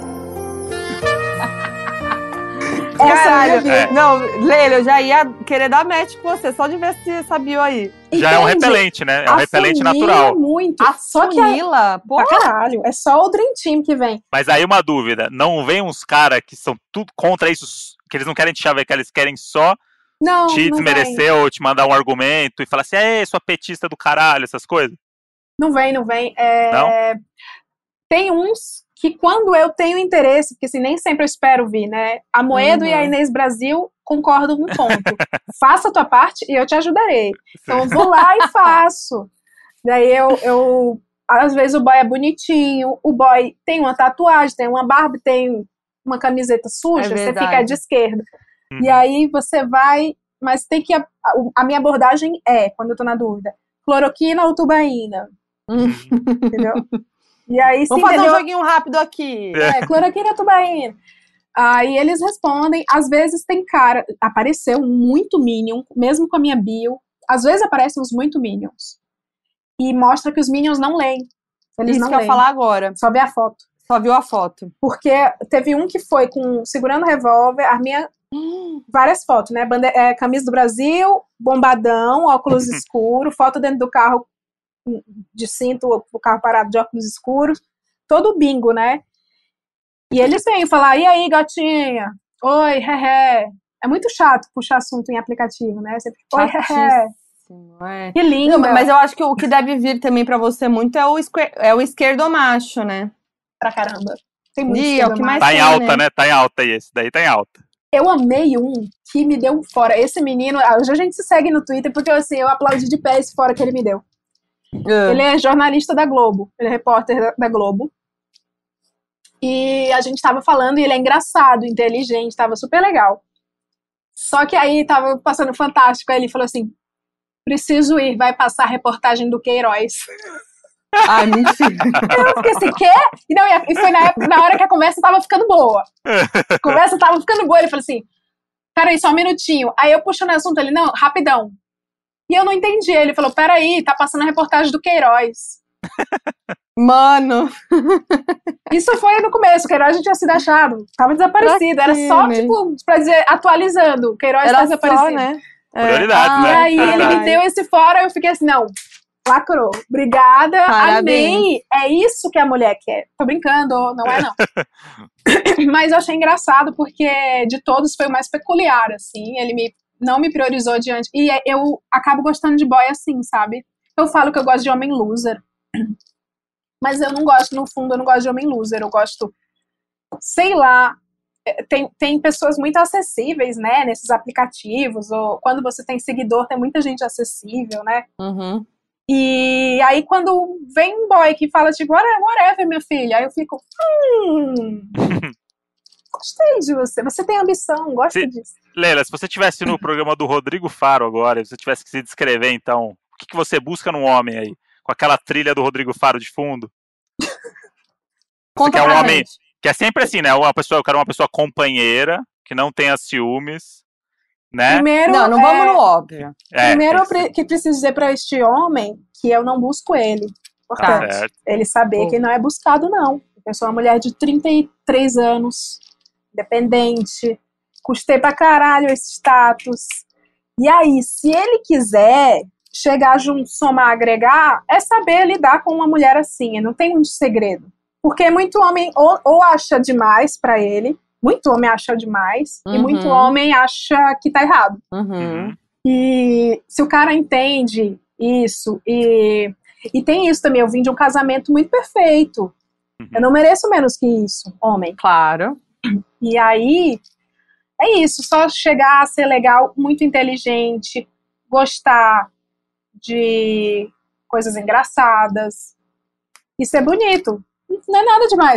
Caralho, não, Leila, eu já ia querer dar match com você, só de ver se essa bio aí. Já é um repelente, né? É um repelente natural. Muito. Só que pra caralho, é só o Dream Team que vem. Mas aí uma dúvida, não vem uns caras que são tudo contra isso, que eles não querem te chavecar, eles querem só te desmerecer ou te mandar um argumento e falar assim, sua petista do caralho, essas coisas? Não vem. Não? Tem uns que quando eu tenho interesse, porque assim, nem sempre eu espero vir, né? A Moedo e a Inês Brasil concordam com um ponto. Faça a tua parte e eu te ajudarei. Então eu vou lá e faço. Daí eu às vezes o boy é bonitinho, o boy tem uma tatuagem, tem uma barba, tem uma camiseta suja, você fica de esquerda. E aí você vai, mas tem que... A minha abordagem quando eu tô na dúvida, cloroquina ou tubaína? Entendeu? E aí, vamos fazer um joguinho rápido aqui. Cloroquina ou tubaína? Aí eles respondem. Às vezes tem cara... Apareceu muito Minion, mesmo com a minha bio. Às vezes aparecem uns muito Minions. E mostra que os Minions não leem. Eles Isso não que eu ia falar agora. Só vê a foto. Só viu a foto. Porque teve um que foi segurando revólver, a minha... várias fotos, né? Camisa do Brasil, bombadão, óculos escuros, foto dentro do carro de cinto, o carro parado de óculos escuros, todo bingo, né? E eles vêm falar, e aí, gatinha? Oi, hehe. É muito chato puxar assunto em aplicativo, né? Você fica, oi, hehe. Que lindo. Mas eu acho que o que deve vir também pra você muito é o esquerdomacho, né? Pra caramba. Tem muito é o que mais tá em alta, né? Tá em alta aí, esse daí tá em alta. Eu amei um que me deu um fora. Esse menino, hoje a gente se segue no Twitter, porque assim, eu aplaudi de pé esse fora que ele me deu. Ele é jornalista da Globo, ele é repórter da Globo. E a gente tava falando, e ele é engraçado, inteligente, tava super legal. Só que aí tava passando Fantástico, aí ele falou assim, preciso ir, vai passar a reportagem do Queiroz. Ai, mentira. Eu fiquei assim, quê? E foi na hora que a conversa tava ficando boa. A conversa tava ficando boa, ele falou assim, peraí, só um minutinho. Aí eu puxando o assunto, ele, não, rapidão. E eu não entendi, ele falou, peraí, tá passando a reportagem do Queiroz. Mano. Isso foi no começo, o Queiroz já tinha sido achado, tava desaparecido, era só, tipo, pra dizer, atualizando, o Queiroz tá desaparecido. Só, né? Prioridade, né? E aí ele me deu esse fora, eu fiquei assim, não, lacrou, obrigada, parabéns. Amei, é isso que a mulher quer. Tô brincando, não é não. Mas eu achei engraçado, porque de todos foi o mais peculiar, assim, ele não me priorizou diante, e eu acabo gostando de boy assim, sabe? Eu falo que eu gosto de homem loser, mas eu não gosto, no fundo, eu não gosto de homem loser, eu gosto, sei lá, tem pessoas muito acessíveis, né, nesses aplicativos, ou quando você tem seguidor, tem muita gente acessível, né? Uhum. E aí quando vem um boy que fala tipo, whatever, minha filha, aí eu fico, gostei de você tem ambição, gosto disso. Leila, se você estivesse no programa do Rodrigo Faro agora, e você tivesse que se descrever, então, o que você busca num homem aí? Com aquela trilha do Rodrigo Faro de fundo? Você quer um homem que é sempre assim, né? Eu quero uma pessoa companheira, que não tenha ciúmes, né? Primeiro, não vamos no óbvio. Primeiro que preciso dizer para este homem que eu não busco ele. Importante. Ele saber que não é buscado, não. Eu sou uma mulher de 33 anos, independente, custei pra caralho esse status. E aí, se ele quiser chegar junto, somar, agregar, é saber lidar com uma mulher assim, não tem muito segredo. Porque muito homem ou acha demais pra ele, muito homem acha demais, e muito homem acha que tá errado. E se o cara entende isso, e tem isso também, eu vim de um casamento muito perfeito. Eu não mereço menos que isso, homem. Claro. E aí, é isso, só chegar a ser legal, muito inteligente, gostar de coisas engraçadas e ser bonito. Não é nada demais.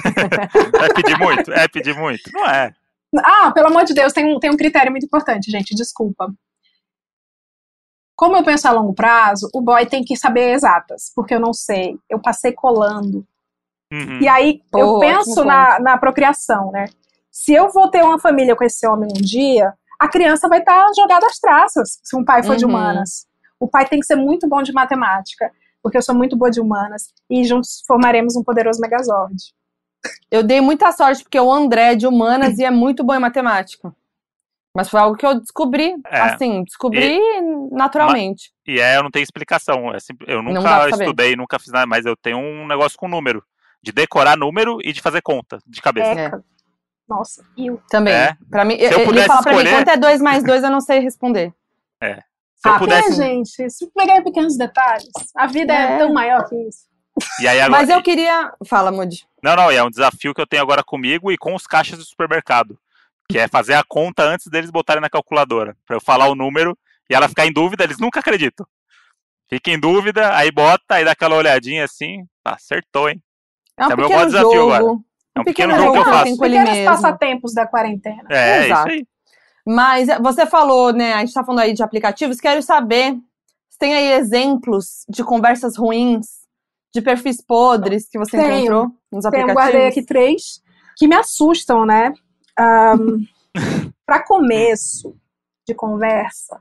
É pedir muito, não é? Pelo amor de Deus, tem um critério muito importante, gente, desculpa. Como eu penso a longo prazo, o boy tem que saber exatas, porque eu não sei, eu passei colando. E aí, eu penso na procriação, né? Se eu vou ter uma família com esse homem um dia, a criança vai estar jogada às traças, se um pai for de humanas. O pai tem que ser muito bom de matemática, porque eu sou muito boa de humanas, e juntos formaremos um poderoso Megazord. Eu dei muita sorte, porque o André é de humanas e é muito bom em matemática. Mas foi algo que eu descobri, naturalmente. Eu não tenho explicação. Eu nunca estudei, nunca fiz nada, mas eu tenho um negócio com número. De decorar número e de fazer conta, de cabeça. Nossa, eu também. Pra mim, ele fala pra mim, quanto é 2 mais 2, eu não sei responder. Se eu pudesse... gente, se pegar em pequenos detalhes, a vida é tão maior que isso. E aí, agora... Mas eu queria... Fala, Moody. Não, é um desafio que eu tenho agora comigo e com os caixas do supermercado. Que é fazer a conta antes deles botarem na calculadora. Pra eu falar o número e ela ficar em dúvida, eles nunca acreditam. Fica em dúvida, aí bota, aí dá aquela olhadinha assim, acertou, hein? É um pequeno jogo. Agora. É um pequeno jogo que eu faço. Pequenos passatempos da quarentena. Exato. Isso aí. Mas você falou, né, a gente tá falando aí de aplicativos, quero saber se tem aí exemplos de conversas ruins, de perfis podres que você encontrou nos aplicativos. Eu guardei aqui 3 que me assustam, né? Para começo de conversa,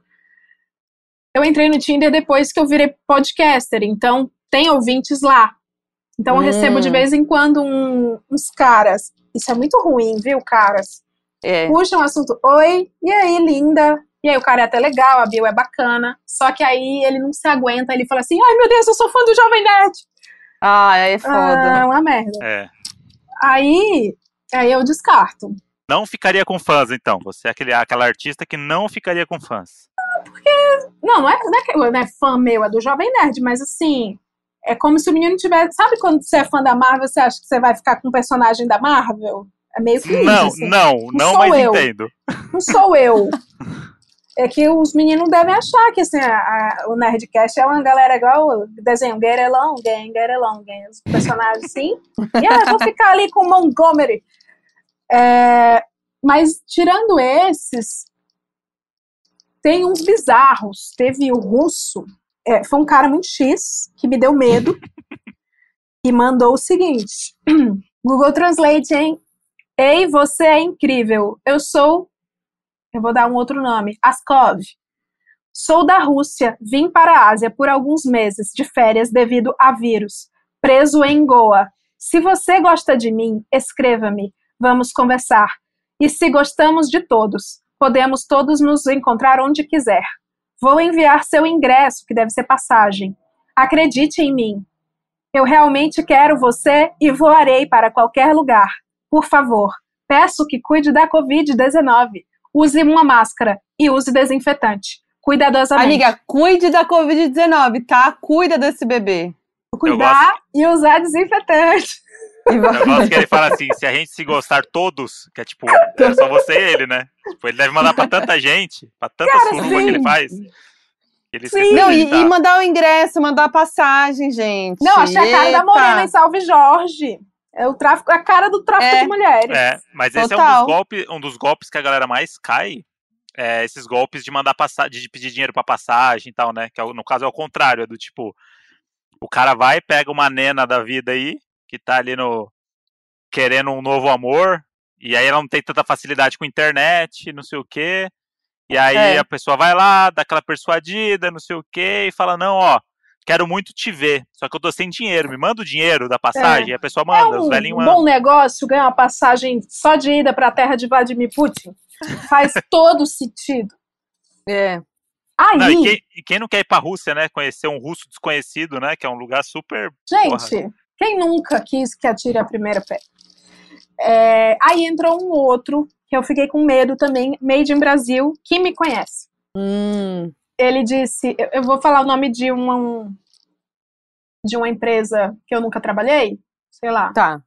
eu entrei no Tinder depois que eu virei podcaster, então tem ouvintes lá. Então eu recebo de vez em quando uns caras, isso é muito ruim, viu, caras? Puxam o assunto, oi, e aí, linda? E aí o cara é até legal, a bio é bacana, só que aí ele não se aguenta, ele fala assim, ai meu Deus, eu sou fã do Jovem Nerd. Aí é foda. É uma merda. Aí eu descarto. Não ficaria com fãs, então. Você é aquela artista que não ficaria com fãs. Porque, não é fã meu, é do Jovem Nerd, mas assim, é como se o menino tivesse... Sabe quando você é fã da Marvel, você acha que você vai ficar com um personagem da Marvel? É meio que não, isso. Assim. Não, mas eu entendo. Não sou eu. É que os meninos devem achar que assim, o Nerdcast é uma galera igual o desenho Get Along, os personagens assim. E eu vou ficar ali com o Montgomery. Mas tirando esses, tem uns bizarros. Teve o russo, foi um cara muito X, que me deu medo, e mandou o seguinte: Google Translate, hein? Ei, você é incrível. Eu vou dar um outro nome, Askov. Sou da Rússia, vim para a Ásia por alguns meses de férias devido a vírus, preso em Goa. Se você gosta de mim, escreva-me, vamos conversar. E se gostamos de todos, podemos todos nos encontrar onde quiser. Vou enviar seu ingresso, que deve ser passagem. Acredite em mim. Eu realmente quero você e voarei para qualquer lugar. Por favor, peço que cuide da Covid-19. Use uma máscara e use desinfetante. Cuidadosamente. Amiga, cuide da Covid-19, tá? Cuida desse bebê. Cuidar e usar desinfetante. Eu gosto que ele fala assim, se a gente se gostar todos, que é tipo, é só você e ele, né? Tipo, ele deve mandar pra tanta gente, pra tanta suruba que ele faz. Não, e mandar o ingresso, mandar a passagem, gente. Não, achei a cara da Morena em Salve Jorge. É o tráfico, a cara do tráfico de mulheres. Mas esse é um dos golpes que a galera mais cai. Esses golpes de mandar de pedir dinheiro pra passagem e tal, né? Que no caso é o contrário, é do tipo, o cara vai, pega uma nena da vida aí, que tá ali querendo um novo amor, e aí ela não tem tanta facilidade com internet, não sei o quê. E aí a pessoa vai lá, dá aquela persuadida, não sei o quê, e fala, não, ó, quero muito te ver, só que eu tô sem dinheiro, me manda o dinheiro da passagem, e a pessoa manda, os velhinhos mandam. É um bom negócio ganhar uma passagem só de ida pra terra de Vladimir Putin. Faz todo sentido. Aí... Não, e quem não quer ir pra Rússia, né, conhecer um russo desconhecido, né, que é um lugar super... Gente, quem nunca quis que atire a primeira pedra? Aí entrou um outro, que eu fiquei com medo também, Made in Brasil, que me conhece. Ele disse, eu vou falar o nome de uma empresa que eu nunca trabalhei, sei lá. Tá.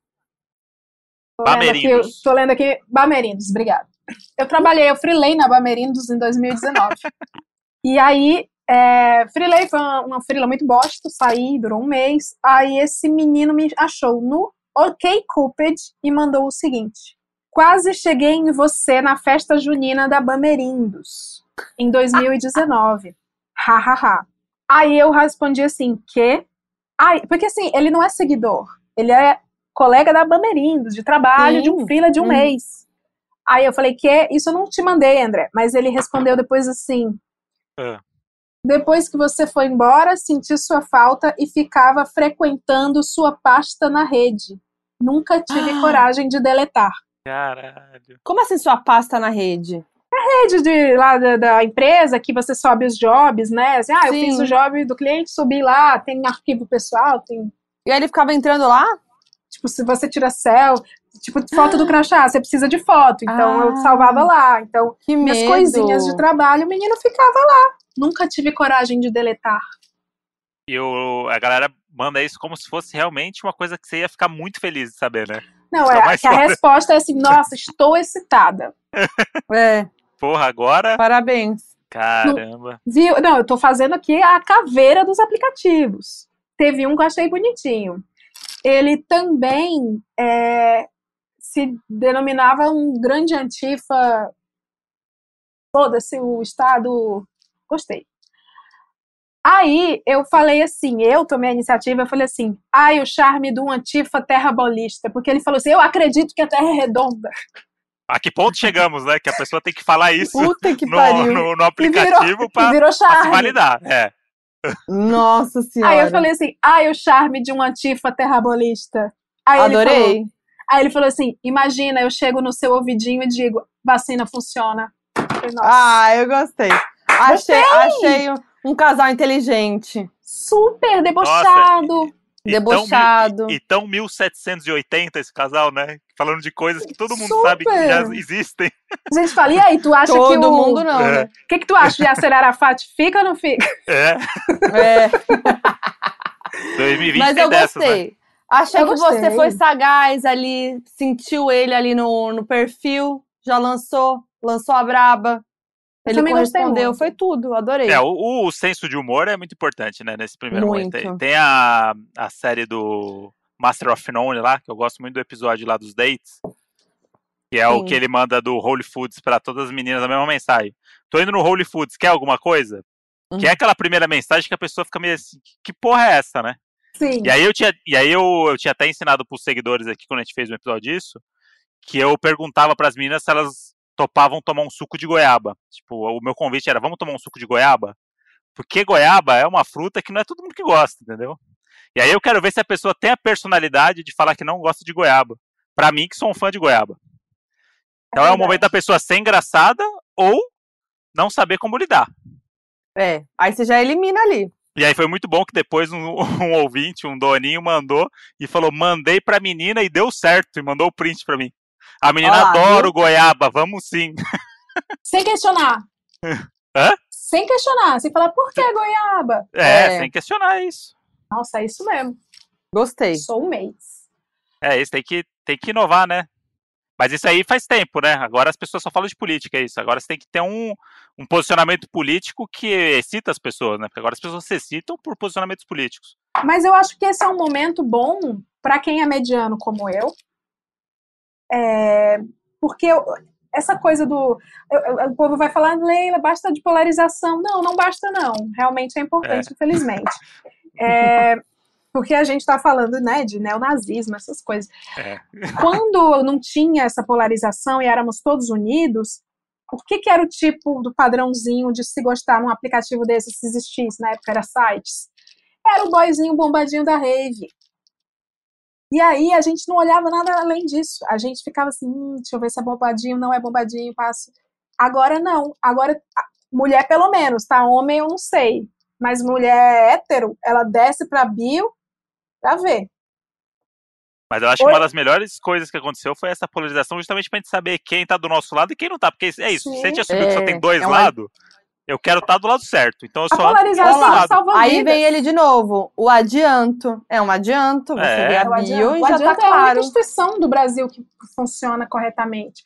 Bamerindos. Tô lendo aqui, Bamerindos, obrigada. Eu freelei na Bamerindos em 2019. E aí, freelei, foi uma freela muito bosta, saí, durou um mês. Aí esse menino me achou no OkCupid e mandou o seguinte: quase cheguei em você na festa junina da Bamerindos, em 2019. Hahaha. Aí eu respondi assim, porque assim, ele não é seguidor, ele é colega da Bamerindos, de trabalho, de um freela de um mês. Aí eu falei, isso eu não te mandei, André, mas ele respondeu depois assim, depois que você foi embora, senti sua falta e ficava frequentando sua pasta na rede. Nunca tive coragem de deletar. Caralho. Como assim sua pasta na rede? A rede lá da empresa, que você sobe os jobs, né? Assim, eu fiz o job do cliente, subi lá, tem arquivo pessoal, tem... E aí ele ficava entrando lá? Tipo, se você tira tipo, foto do crachá, você precisa de foto. Então, eu salvava lá. Então, minhas coisinhas de trabalho, o menino ficava lá. Nunca tive coragem de deletar. E a galera manda isso como se fosse realmente uma coisa que você ia ficar muito feliz de saber, né? Não, que a resposta é assim, nossa, estou excitada. Porra, agora... Parabéns. Caramba. Viu? Não, eu tô fazendo aqui a caveira dos aplicativos. Teve um que eu achei bonitinho. Ele também se denominava um grande antifa. Foda-se o Estado. Gostei. Aí eu falei assim, eu tomei a iniciativa, eu falei assim, o charme de um antifa terrabolista, porque ele falou assim, eu acredito que a Terra é redonda. A que ponto chegamos, né? Que a pessoa tem que falar isso no aplicativo para se validar. Nossa senhora. Aí eu falei assim, o charme de um antifa terrabolista. Aí Adorei. Aí ele falou assim, imagina, eu chego no seu ouvidinho e digo, vacina funciona. Falei, nossa. Eu gostei. Achei um casal inteligente. Super debochado. Nossa, debochado. E tão 1780 esse casal, né? Falando de coisas que todo mundo sabe que já existem. A gente fala, e aí, tu acha todo que Todo mundo não, né? O que tu acha de Yasser Arafat? Fica ou não fica? 2020 Mas eu dessas, gostei. Né? Achei que você foi sagaz ali, sentiu ele ali no perfil, já lançou a braba. Ele correspondeu, foi tudo, adorei. O senso de humor é muito importante, né, nesse primeiro momento aí. Tem a série do Master of None lá, que eu gosto muito do episódio lá dos dates, que é o que ele manda do Holy Foods pra todas as meninas, a mesma mensagem. Tô indo no Holy Foods, quer alguma coisa? Que é aquela primeira mensagem que a pessoa fica meio assim, que porra é essa, né? Sim. E aí eu tinha até ensinado pros seguidores aqui, quando a gente fez um episódio disso, que eu perguntava pras meninas se elas topavam tomar um suco de goiaba. Tipo, o meu convite era, vamos tomar um suco de goiaba? Porque goiaba é uma fruta que não é todo mundo que gosta, entendeu? E aí eu quero ver se a pessoa tem a personalidade de falar que não gosta de goiaba. Pra mim, que sou um fã de goiaba. Então é o momento da pessoa ser engraçada ou não saber como lidar. Aí você já elimina ali. E aí foi muito bom que depois um ouvinte, um doninho, mandou e falou, mandei pra menina e deu certo, e mandou o print pra mim. A menina adora o goiaba, vamos sim. Sem questionar. Hã? Sem questionar, sem falar, por que goiaba? Sem questionar isso. Nossa, é isso mesmo. Gostei. Soulmates. Isso tem que inovar, né? Mas isso aí faz tempo, né? Agora as pessoas só falam de política, isso. Agora você tem que ter um posicionamento político que excita as pessoas, né? Porque agora as pessoas se excitam por posicionamentos políticos. Mas eu acho que esse é um momento bom para quem é mediano como eu. Porque essa coisa do... o povo vai falar, Leila, basta de polarização. Não basta não. Realmente é importante, infelizmente. Porque a gente está falando, né, de neonazismo, essas coisas. Quando não tinha essa polarização e éramos todos unidos, o que era o tipo do padrãozinho de se gostar num aplicativo desse, se existisse, na época era sites? Era o boyzinho bombadinho da rave. E aí a gente não olhava nada além disso. A gente ficava assim, deixa eu ver se é bombadinho, não é bombadinho, passo. Agora não. Agora, mulher pelo menos, tá? Homem eu não sei. Mas mulher hétero, ela desce pra bio pra ver. Mas eu acho que uma das melhores coisas que aconteceu foi essa polarização, justamente pra gente saber quem tá do nosso lado e quem não tá. Porque é isso, se a gente assumiu que só tem dois lados, eu quero estar do lado certo. Então eu só polarização salva Aí vem ele de novo, o adianto. É um adianto, você vê a bio e já tá claro. É a única instituição do Brasil que funciona corretamente.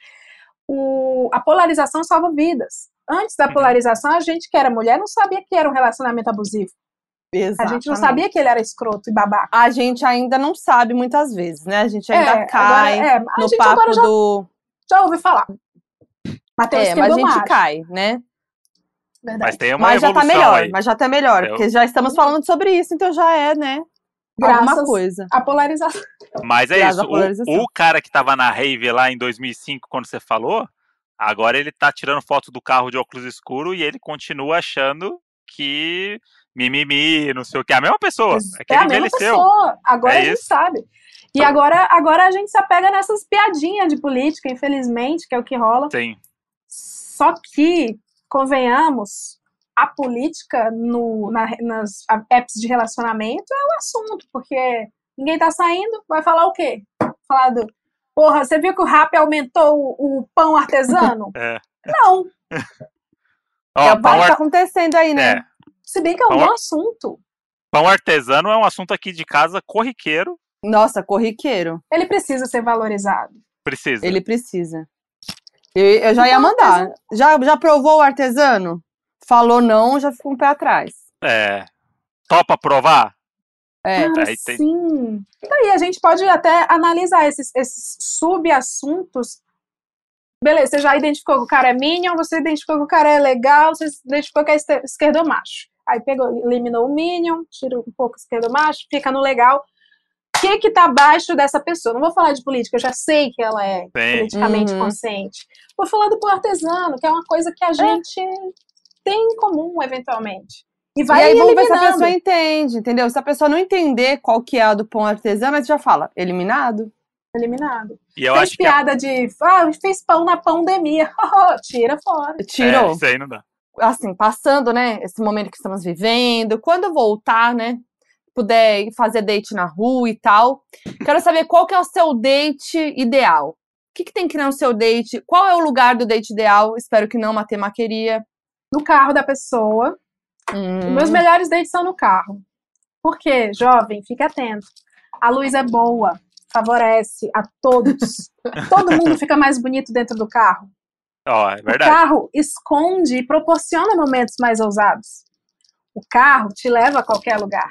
A polarização salva vidas. Antes da polarização, a gente que era mulher não sabia que era um relacionamento abusivo. Exatamente. A gente não sabia que ele era escroto e babaca. A gente ainda não sabe muitas vezes, né? A gente ainda cai no papo do... Já ouvi falar. Mas a gente cai, né? Verdade. Mas tem uma evolução aí. Mas já tá melhor, porque já estamos falando sobre isso, então já é, né? Graças coisa. A polarização. Mas é isso, o cara que tava na rave lá em 2005, quando você falou, agora ele tá tirando foto do carro de óculos escuro e ele continua achando que mimimi, não sei o que, é a mesma pessoa. É que ele envelheceu. Pessoa. Agora a gente sabe. E agora a gente se apega nessas piadinhas de política, infelizmente, que é o que rola. Sim. Só que, convenhamos, a política nas apps de relacionamento é um assunto, porque ninguém tá saindo, vai falar o quê? Falar do... Porra, você viu que o rap aumentou o pão artesano? Não. É o que tá acontecendo aí, né? Se bem que é um bom assunto. Pão artesano é um assunto aqui de casa corriqueiro. Nossa, corriqueiro. Ele precisa ser valorizado. Precisa. Ele precisa. Eu já ia mandar. Já provou o artesano? Falou não, já ficou um pé atrás. Topa provar? Sim. E daí a gente pode até analisar esses sub-assuntos. Beleza, você já identificou que o cara é minion, você identificou que o cara é legal, você identificou que é esquerdomacho. Aí eliminou o minion, tira um pouco o esquerdomacho, fica no legal. O que tá abaixo dessa pessoa? Não vou falar de política, eu já sei que ela é politicamente consciente. Vou falar do artesano, que é uma coisa que a gente tem em comum, eventualmente. E aí vamos ver se a pessoa entende, entendeu? Se a pessoa não entender qual que é a do pão artesão, a gente já fala, eliminado. E eu acho piada de, fez pão na pandemia. Tira fora. Tirou. Isso aí não dá. Assim, passando, né, esse momento que estamos vivendo, quando voltar, né, puder ir fazer date na rua e tal, quero saber qual que é o seu date ideal. O que tem que ir no seu date? Qual é o lugar do date ideal? Espero que não uma temaqueria. No carro da pessoa. Meus melhores dates são no carro. Por quê? Jovem, fique atento. A luz é boa, favorece a todos. Todo mundo fica mais bonito dentro do carro. É verdade. O carro esconde e proporciona momentos mais ousados. O carro te leva a qualquer lugar.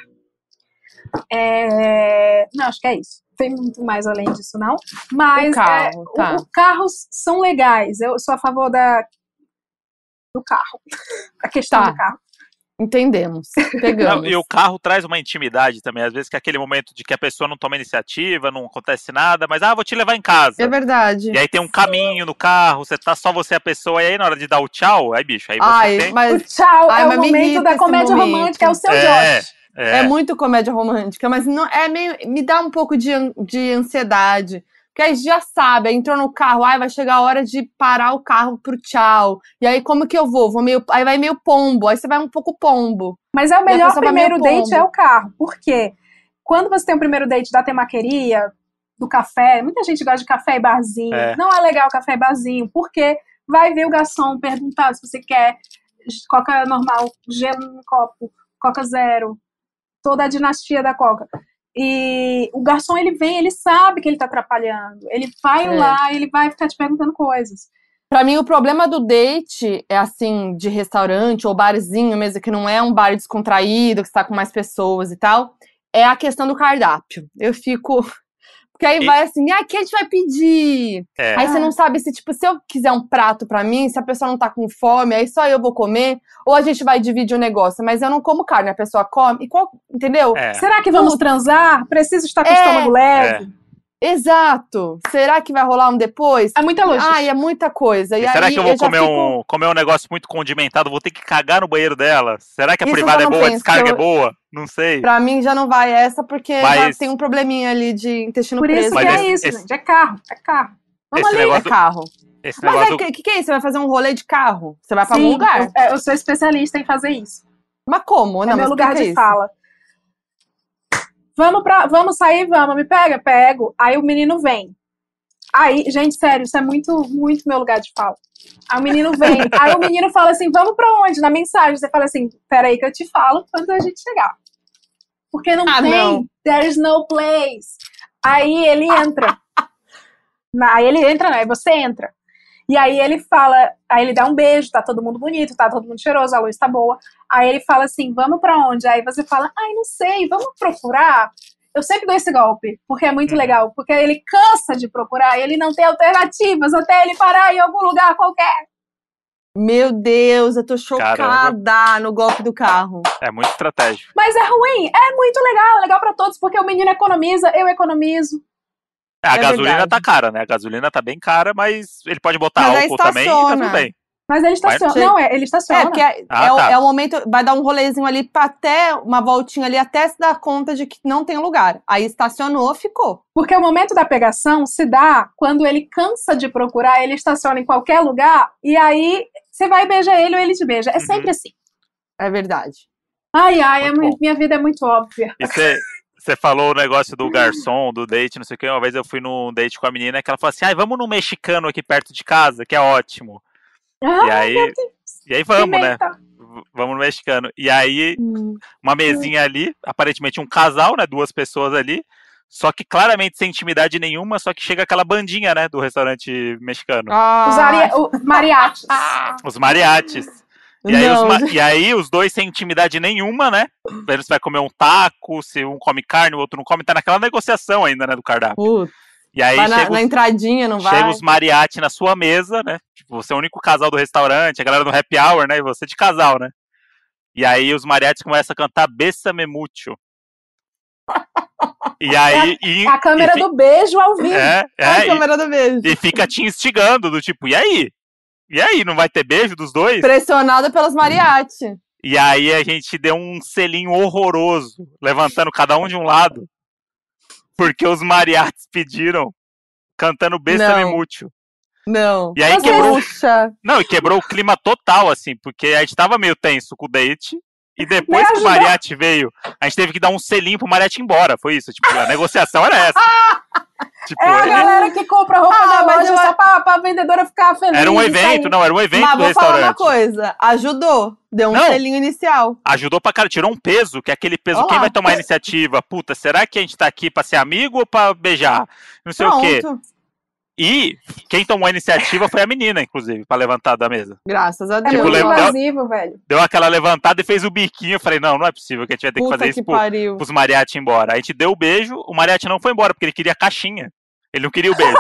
Não, acho que é isso. Tem muito mais além disso, não. Mas os carros são legais. Eu sou a favor do carro. A questão do carro. Entendemos. Pegamos. E o carro traz uma intimidade também. Às vezes que é aquele momento de que a pessoa não toma iniciativa, não acontece nada, mas vou te levar em casa. É verdade. E aí tem um caminho no carro, só você e a pessoa, e aí na hora de dar o tchau, aí bicho, aí você tem... Mas... O tchau é o momento da comédia romântica, é o seu Josh. É muito comédia romântica, mas não me dá um pouco de ansiedade. Porque aí já sabe, aí entrou no carro, vai chegar a hora de parar o carro pro tchau. E aí como que eu vou? Aí vai meio pombo, aí você vai um pouco pombo. Mas é o melhor primeiro date é o carro. Por quê? Quando você tem o primeiro date da temaqueria, do café, muita gente gosta de café e barzinho. Não é legal café e barzinho, porque vai ver o garçom perguntar se você quer coca normal, gelo no copo, coca zero, toda a dinastia da coca. E o garçom, ele vem, ele sabe que ele tá atrapalhando. Ele vai lá, ele vai ficar te perguntando coisas. Pra mim, o problema do date é assim, de restaurante ou barzinho mesmo, que não é um bar descontraído, que você tá com mais pessoas e tal, é a questão do cardápio. Eu fico... Porque aí vai assim, o que a gente vai pedir? Aí você não sabe se, tipo, se eu quiser um prato pra mim, se a pessoa não tá com fome, aí só eu vou comer, ou a gente vai dividir o negócio. Mas eu não como carne, a pessoa come, entendeu? Será que vamos transar? Preciso estar com o estômago leve? Exato. Será que vai rolar um depois? É muita logística. É muita coisa. E será que eu vou comer um negócio muito condimentado? Vou ter que cagar no banheiro dela? Será que a privada é boa, a descarga é boa? Não sei. Pra mim já não vai essa, porque já tem um probleminha ali de intestino preso. Por isso que é isso, gente. É carro. Vamos ali. É carro. Mas o que é isso? Você vai fazer um rolê de carro? Você vai pra algum lugar? Eu sou especialista em fazer isso. Mas como? É meu lugar de fala. Vamos sair, vamos, me pega? Pego. Aí o menino vem. Aí, gente, sério, isso é muito, muito meu lugar de fala. Aí o menino vem. Aí o menino fala assim, vamos pra onde? Na mensagem, você fala assim, peraí que eu te falo quando a gente chegar. Porque não tem, não. There is no place. Aí ele entra. Aí você entra. E aí ele fala, aí ele dá um beijo, tá todo mundo bonito, tá todo mundo cheiroso, a luz tá boa. Aí ele fala assim, vamos pra onde? Aí você fala, não sei, vamos procurar? Eu sempre dou esse golpe, porque é muito legal. Porque ele cansa de procurar e ele não tem alternativas até ele parar em algum lugar qualquer. Meu Deus, eu tô chocada no golpe do carro. É muito estratégico. Mas é ruim, é muito legal, é legal pra todos, porque o menino economiza, eu economizo. A gasolina tá cara, né? A gasolina tá bem cara, mas ele pode botar álcool também e tá tudo bem. Mas ele estaciona. Ele estaciona. Porque é o momento, vai dar um rolezinho ali até uma voltinha ali, até se dar conta de que não tem lugar. Aí estacionou, ficou. Porque o momento da pegação se dá quando ele cansa de procurar, ele estaciona em qualquer lugar, e aí você vai beijar ele ou ele te beija. É sempre assim. É verdade. Minha vida é muito óbvia. E você falou o negócio do garçom, do date, não sei o que. Uma vez eu fui num date com a menina que ela falou assim, vamos no mexicano aqui perto de casa, que é ótimo. E aí vamos, né? Vamos no mexicano. E aí, uma mesinha ali, aparentemente um casal, né? 2 pessoas ali. Só que claramente sem intimidade nenhuma, só que chega aquela bandinha, né? Do restaurante mexicano. Os mariachis. Os mariachis. E aí os dois sem intimidade nenhuma, né? Vendo se vai comer um taco, se um come carne, o outro não come. Tá naquela negociação ainda, né? Do cardápio. E aí na entradinha, não vai? Chega os mariachi na sua mesa, né? Tipo, você é o único casal do restaurante, a galera do happy hour, né? E você de casal, né? E aí os mariachis começam a cantar Bésame Mucho. E aí... a câmera do beijo ao vivo. A câmera do beijo. E fica te instigando, do tipo, e aí? E aí, não vai ter beijo dos dois? Pressionada pelos mariachi. E aí a gente deu um selinho horroroso, levantando cada um de um lado, porque os mariachis pediram, cantando Bésame Mútil. Não. E aí quebrou o clima total, assim, porque a gente tava meio tenso com o date, e depois que o mariachi veio, a gente teve que dar um selinho pro mariachi ir embora, foi isso, tipo, a negociação era essa. Tipo, a galera que compra roupa da loja só pra vendedora ficar feliz. Era um evento, era um evento do restaurante. Mas vou falar uma coisa, ajudou, deu um selinho inicial. Ajudou pra cara, tirou um peso, que é aquele peso, quem vai tomar a iniciativa? Puta, será que a gente tá aqui pra ser amigo ou pra beijar? Não sei o quê. E quem tomou a iniciativa foi a menina, inclusive, pra levantar da mesa. Graças a Deus. É muito invasivo, velho. Deu aquela levantada e fez o biquinho. Eu falei, não é possível que a gente vai ter que fazer isso pros mariachi ir embora. A gente deu o beijo, o mariachi não foi embora, porque ele queria a caixinha. Ele não queria o beijo.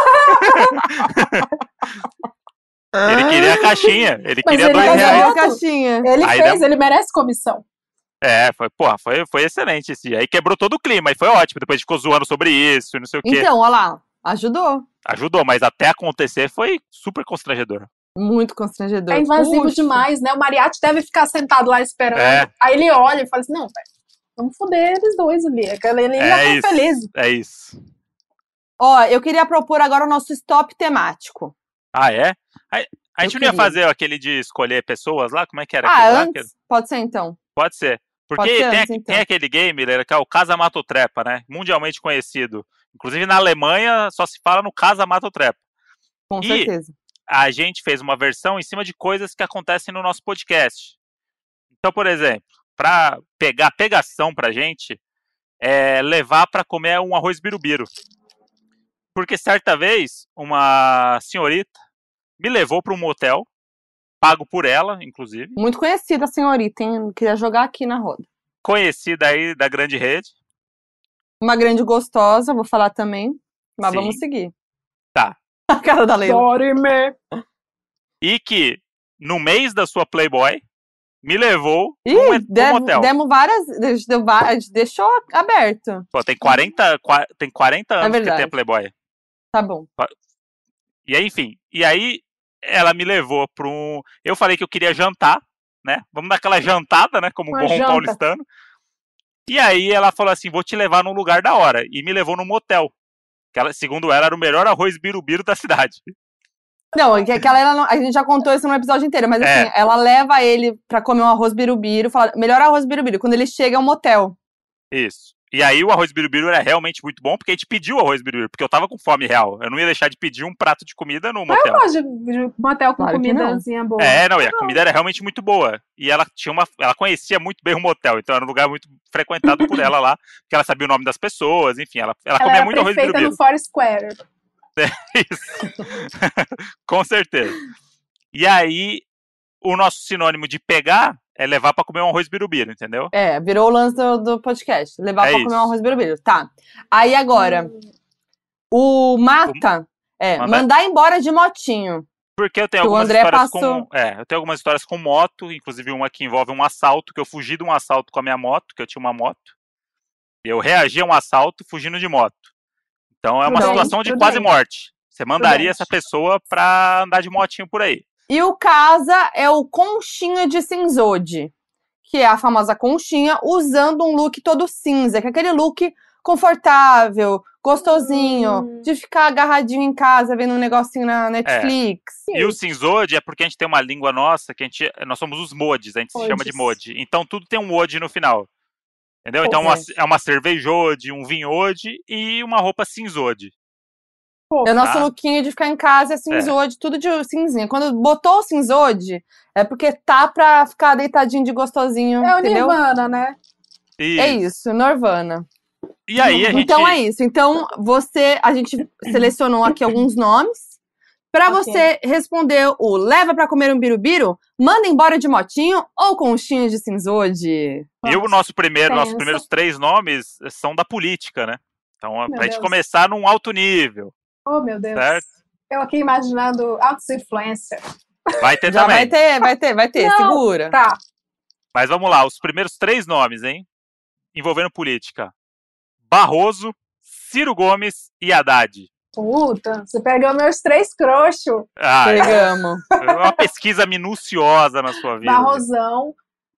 Ele queria a caixinha. Ele queria R$2. Caixinha. Ele merece comissão. Foi excelente esse dia. Aí quebrou todo o clima, e foi ótimo. Depois a gente ficou zoando sobre isso e não sei o quê. Então, olha lá, ajudou. Ajudou, mas até acontecer foi super constrangedor. Muito constrangedor. É invasivo demais, né? O mariachi deve ficar sentado lá esperando. Aí ele olha e fala assim, não, velho, vamos foder eles dois ali. Ele já tá feliz. É isso. Ó, eu queria propor agora o nosso stop temático. Ah, é? A gente não ia fazer aquele de escolher pessoas lá? Como é que era? Antes? Pode ser, então. Pode ser. Porque tem aquele game, que é o Casa Mato Trepa, né? Mundialmente conhecido. Inclusive na Alemanha só se fala no Casa Mato Trepa. Com certeza. A gente fez uma versão em cima de coisas que acontecem no nosso podcast. Então, por exemplo, pra pegar pegação pra gente, levar pra comer um arroz birubiru. Porque certa vez, uma senhorita me levou pra um motel, pago por ela, inclusive. Muito conhecida a senhorita, hein? Queria jogar aqui na roda. Conhecida aí da grande rede. Uma grande gostosa, vou falar também. Mas vamos seguir. Tá. A cara da Leila. E que, no mês da sua Playboy, me levou pro motel. Demos várias. Deixou aberto. Pô, tem 40 anos que tem a Playboy. Tá bom. E aí, enfim. E aí, ela me levou pra um... Eu falei que eu queria jantar, né? Vamos dar aquela jantada, né? Como um bom paulistano. E aí ela falou assim, vou te levar num lugar da hora. E me levou num motel. Que ela, segundo ela, era o melhor arroz birubiru da cidade. Não, a gente já contou isso no episódio inteiro, mas assim, ela leva ele pra comer um arroz birubiru, fala, melhor arroz birubiru. Quando ele chega é um motel. Isso. E aí o arroz birubiru era realmente muito bom, porque a gente pediu o arroz birubiru, porque eu tava com fome real. Eu não ia deixar de pedir um prato de comida no motel. Eu gosto de motel com comidazinha boa. E a comida era realmente muito boa. E ela conhecia muito bem o motel, então era um lugar muito frequentado por ela lá, porque ela sabia o nome das pessoas, enfim, ela comia muito arroz birubiru. Ela no Foursquare. Isso. Com certeza. E aí, o nosso sinônimo de pegar é levar pra comer um arroz birubiru, entendeu? Virou o lance do podcast. Levar pra comer um arroz birubiru. Tá. Aí agora, o mata mandar embora de motinho. Porque eu tenho algumas histórias eu tenho algumas histórias com moto, inclusive uma que envolve um assalto, que eu fugi de um assalto com a minha moto, que eu tinha uma moto. E eu reagi a um assalto fugindo de moto. Então é uma situação de quase morte. Você mandaria essa pessoa pra andar de motinho por aí. E o casa é o conchinha de Cinzode, que é a famosa conchinha usando um look todo cinza, que é aquele look confortável, gostosinho, de ficar agarradinho em casa vendo um negocinho na Netflix. E o Cinzode é porque a gente tem uma língua nossa, que nós somos os modes, a gente se chama de mode. Então tudo tem um ode no final. Entendeu? Então é uma cervejode, um vinhode e uma roupa cinzode. É o nosso lookinho de ficar em casa, é cinzode, tudo de cinzinha. Quando botou o cinzode, é porque tá pra ficar deitadinho de gostosinho, entendeu? Nirvana, né? Isso. É isso, Nirvana. E aí a gente... Então é isso. Então a gente selecionou aqui alguns nomes. Pra você responder o leva pra comer um birubiru, manda embora de motinho ou conchinha de cinzode. E o nossos primeiros 3 nomes são da política, né? Então, pra gente começar num alto nível. Oh, meu Deus. Certo? Eu aqui imaginando altos influencers. Vai ter também. Vai ter, não, segura. Tá. Mas vamos lá, os primeiros 3 nomes, hein? Envolvendo política. Barroso, Ciro Gomes e Haddad. Puta, você pegou meus 3 croxos. Pegamos. Uma pesquisa minuciosa na sua vida. Barrosão.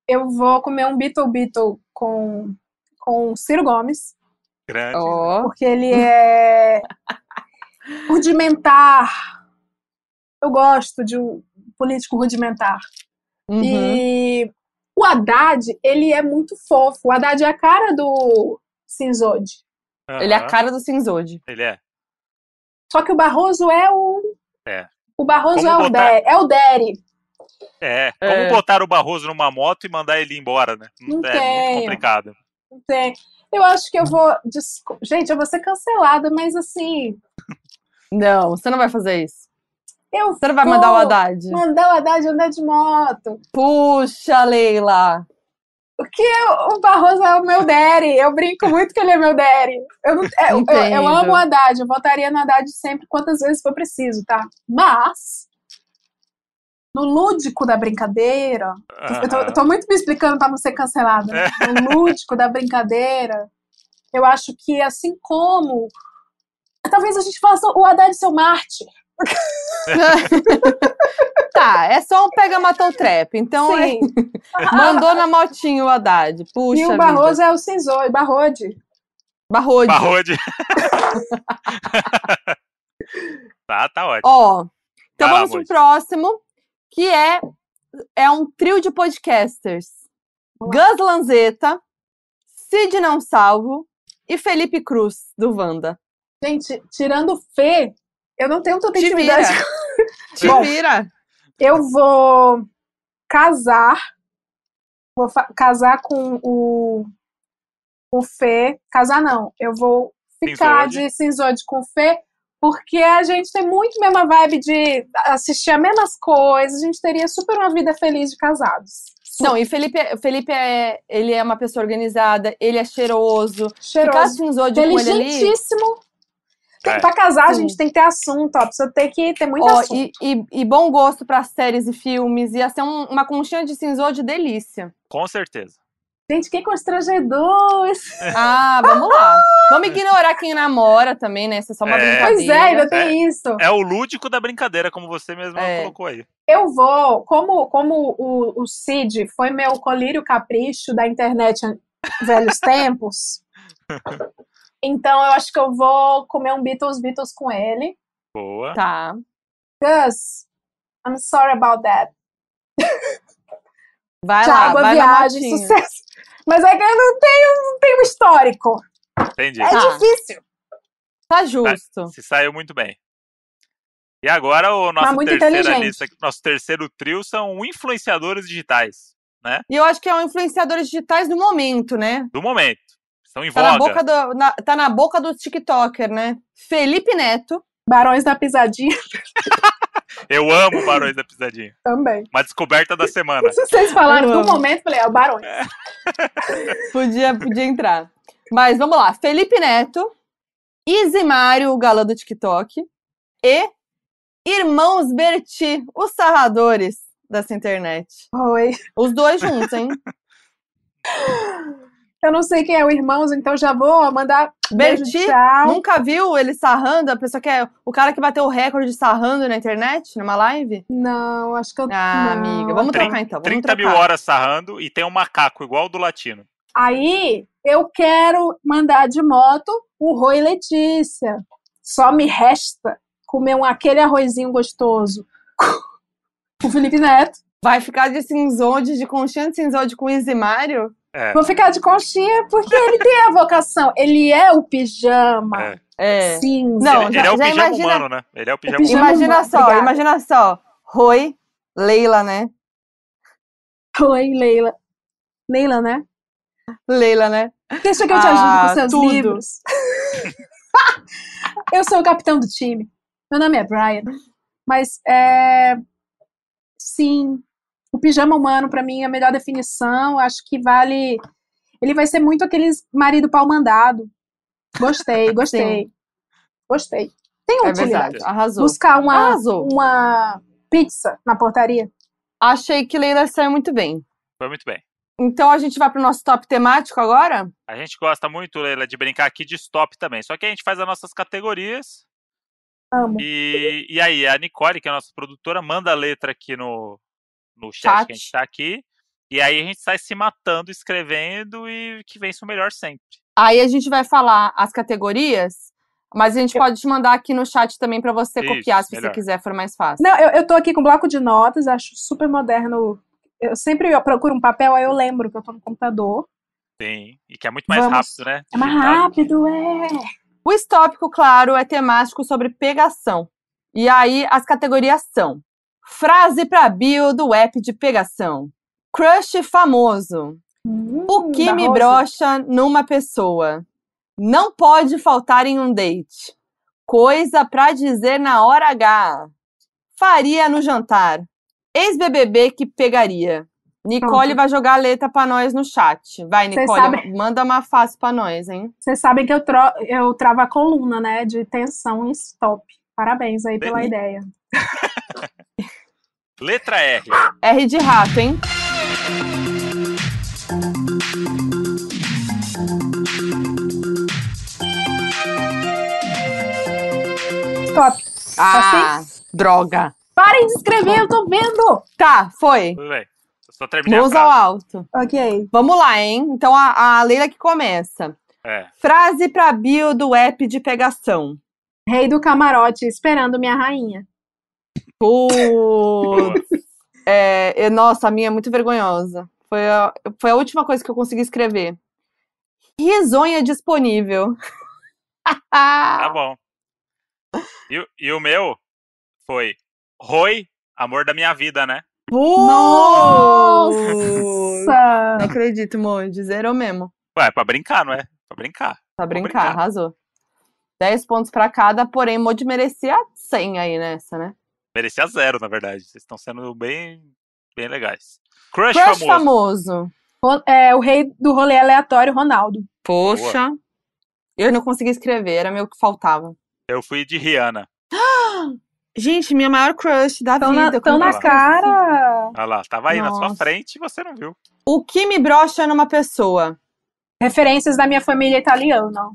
Eu vou comer um Beetle com Ciro Gomes. Grande. Porque ele é rudimentar. Eu gosto de um político rudimentar. Uhum. E o Haddad, ele é muito fofo. O Haddad é a cara do Sinzode. Ele é a cara do Sinzode. Ele é. Só que o Barroso é o... O Barroso é o Daddy. Como botar o Barroso numa moto e mandar ele embora, né? Não é tem. muito complicado. Não tem. Eu acho que eu vou... Gente, eu vou ser cancelada, mas assim... Não, você não vai fazer isso. Você não vai mandar o Haddad? Mandar o Haddad andar de moto. Puxa, Leila. Porque o Barroso é o meu daddy. Eu brinco muito que ele é meu daddy. Eu amo o Haddad. Eu votaria no Haddad sempre, quantas vezes for preciso, tá? Mas, no lúdico da brincadeira... Eu tô muito me explicando pra não ser cancelada. Né? No lúdico da brincadeira, eu acho que, assim como... Talvez a gente faça o Haddad ser o mártir. Tá, é só um pega-matou-trap. Então, mandou na motinha o Haddad. Puxa, e o Barroso é o Sinzoi, Barrode. Tá ótimo. Ó, então vamos pro próximo, que é um trio de podcasters. Gus Lanzetta, Cid Não Salvo e Felipe Cruz, do Wanda. Gente, tirando o Fê, eu não tenho tanta intimidade. Te vira. Eu vou casar. Vou casar com o Fê. Casar não. Eu vou ficar de Sinzode com o Fê, porque a gente tem muito a mesma vibe de assistir as mesmas coisas. A gente teria super uma vida feliz de casados. Não, e Felipe ele é uma pessoa organizada, ele é cheiroso. Ficar Sinzode com ele ali... Inteligentíssimo. Pra casar, a gente tem que ter assunto, ó. Precisa ter muito assunto. E bom gosto pra séries e filmes. Ia ser uma conchinha de Sinzode delícia. Com certeza. Gente, que constrangedor! Vamos lá. Vamos ignorar quem namora também, né? Isso é só uma brincadeira. Pois é, ainda tem isso. É o lúdico da brincadeira, como você mesmo colocou aí. Eu vou, como o Cid foi meu colírio capricho da internet velhos tempos... Então, eu acho que eu vou comer um Beatles com ele. Boa. Tá. Gus, I'm sorry about that. Vai lá, boa viagem, sucesso. Mas é que eu não tenho histórico. Entendi. É difícil. Tá justo. Se saiu muito bem. E agora o nosso terceiro trio são influenciadores digitais, né? E eu acho que é um influenciadores digitais do momento, né? Do momento. Estão em voga. Tá na boca do TikToker, né? Felipe Neto. Barões da Pisadinha. Eu amo Barões da Pisadinha. Também. Uma descoberta da semana. Se vocês falaram do momento, falei, o Barões. Podia entrar. Mas vamos lá. Felipe Neto, Isimário, o galã do TikTok, e Irmãos Berti, os sarradores dessa internet. Oi. Os dois juntos, hein? Eu não sei quem é o Irmãos, então já vou mandar Berti, nunca viu ele sarrando? A pessoa que é o cara que bateu o recorde de sarrando na internet, numa live? Não, acho que eu... não. Amiga, vamos trocar então. 30 mil horas sarrando e tem um macaco igual o do latino. Aí, eu quero mandar de moto o Rui Letícia. Só me resta comer aquele arrozinho gostoso com o Felipe Neto. Vai ficar de Sinzode, de conchinha de Sinzode com o Isimário? Vou ficar de conchinha porque ele tem a vocação. Ele é o pijama. Cinza. Não, ele é o pijama humano, né? Ele é o pijama humano. Imagina só. Rui, Leila, né? Rui, Leila. Leila, né? Leila, né? Deixa que eu te ajudo com seus livros. Eu sou o capitão do time. Meu nome é Brian. Mas, sim... O pijama humano, pra mim, é a melhor definição. Acho que vale... Ele vai ser muito aqueles marido pau mandado. Gostei. Gostei. Tem utilidade. Verdade. Arrasou. Buscar uma pizza na portaria. Achei que Leila saiu muito bem. Foi muito bem. Então a gente vai pro nosso top temático agora? A gente gosta muito, Leila, de brincar aqui de stop também. Só que a gente faz as nossas categorias. Amo. E aí, a Nicole, que é a nossa produtora, manda a letra aqui no chat que a gente tá aqui. E aí a gente sai se matando, escrevendo e que vence o melhor sempre. Aí a gente vai falar as categorias, mas a gente pode te mandar aqui no chat também pra você copiar, se melhor. você quiser, for mais fácil. Não, eu tô aqui com um bloco de notas, acho super moderno. Eu sempre procuro um papel, aí eu lembro que eu tô no computador. Sim, e que é muito mais rápido, né? É mais rápido, O tópico, claro, é temático sobre pegação. E aí, as categorias são: frase pra bio do app de pegação. Crush famoso. O que me brocha numa pessoa. Não pode faltar em um date. Coisa pra dizer na hora H. Faria no jantar. Ex-BBB que pegaria. Nicole vai jogar a letra pra nós no chat. Vai, Nicole, manda uma fácil pra nós, hein? Vocês sabem que eu travo a coluna, né? De tensão e stop. Parabéns aí pela ideia. Letra R. R de rato, hein? Stop. Assim? Droga. Parem de escrever, eu tô vendo. Tá, foi. Tudo bem. Só terminei Mãos ao alto. Ok. Vamos lá, hein? Então a Leila que começa. Frase pra bio do app de pegação. Rei do camarote, esperando minha rainha. Putz. Nossa, a minha é muito vergonhosa. Foi a última coisa que eu consegui escrever. Risonha disponível. Tá bom. E o meu foi Roi, amor da minha vida, né? Nossa! Não acredito, Monde. Zerou mesmo. Ué, é pra brincar, não é? Pra brincar. Pra brincar, arrasou. 10 pontos pra cada, porém, Monde merecia 100 aí nessa, né? Merecia 0, na verdade. Vocês estão sendo bem legais. Crush famoso. O rei do rolê aleatório, Ronaldo. Poxa. Boa. Eu não consegui escrever, era meio que faltava. Eu fui de Rihanna. Gente, minha maior crush da vida. Tão na cara. Olha lá, tava aí na sua frente e você não viu. O que me brocha numa pessoa? Referências da minha família italiana.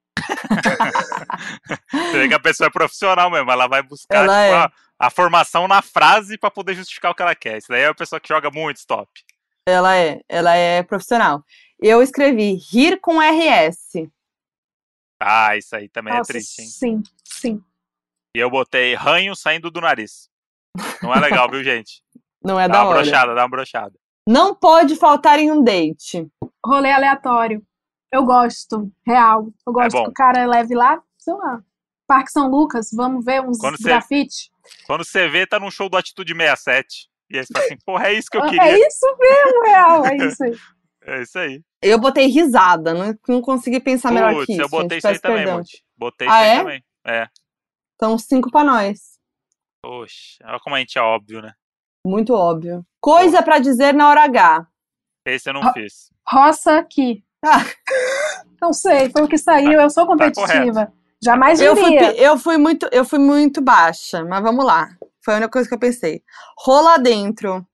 Você vê que a pessoa é profissional mesmo, ela vai buscar a formação na frase pra poder justificar o que ela quer. Isso daí é uma pessoa que joga muito stop. Ela é profissional. Eu escrevi rir com RS. Ah, isso aí também é triste, hein? Sim. E eu botei ranho saindo do nariz. Não é legal, viu, gente? Não é da hora. Dá uma brochada. Não pode faltar em um date. Rolê aleatório. Eu gosto, real. Eu gosto que o cara leve lá, sei lá, Parque São Lucas, vamos ver uns grafite. Quando você vê, tá num show do Atitude 67. E aí você fala assim, porra, é isso que eu queria. É isso mesmo, real, é isso aí. É isso aí. Eu botei risada, não consegui pensar melhor que isso. Eu botei isso aí também, Monte. Botei isso aí também. Então, 5 pra nós. Poxa, olha como a gente é óbvio, né? Muito óbvio. Coisa pra dizer na hora H. Esse eu não fiz. Roça aqui. Não sei, foi o que saiu, eu sou competitiva. Jamais diria. Eu fui muito baixa, mas vamos lá. Foi a única coisa que eu pensei. Rola dentro.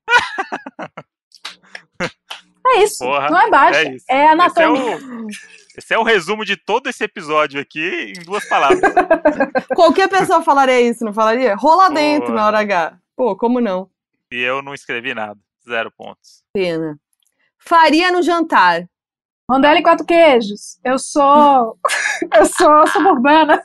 É isso, porra, não é baixa, é anatomia. Esse é o resumo de todo esse episódio aqui em 2 palavras. Qualquer pessoa falaria isso, não falaria? Rola dentro na hora H. Pô, como não? E eu não escrevi nada. 0 pontos. Pena. Faria no jantar. Rondelli e 4 queijos. Eu sou suburbana.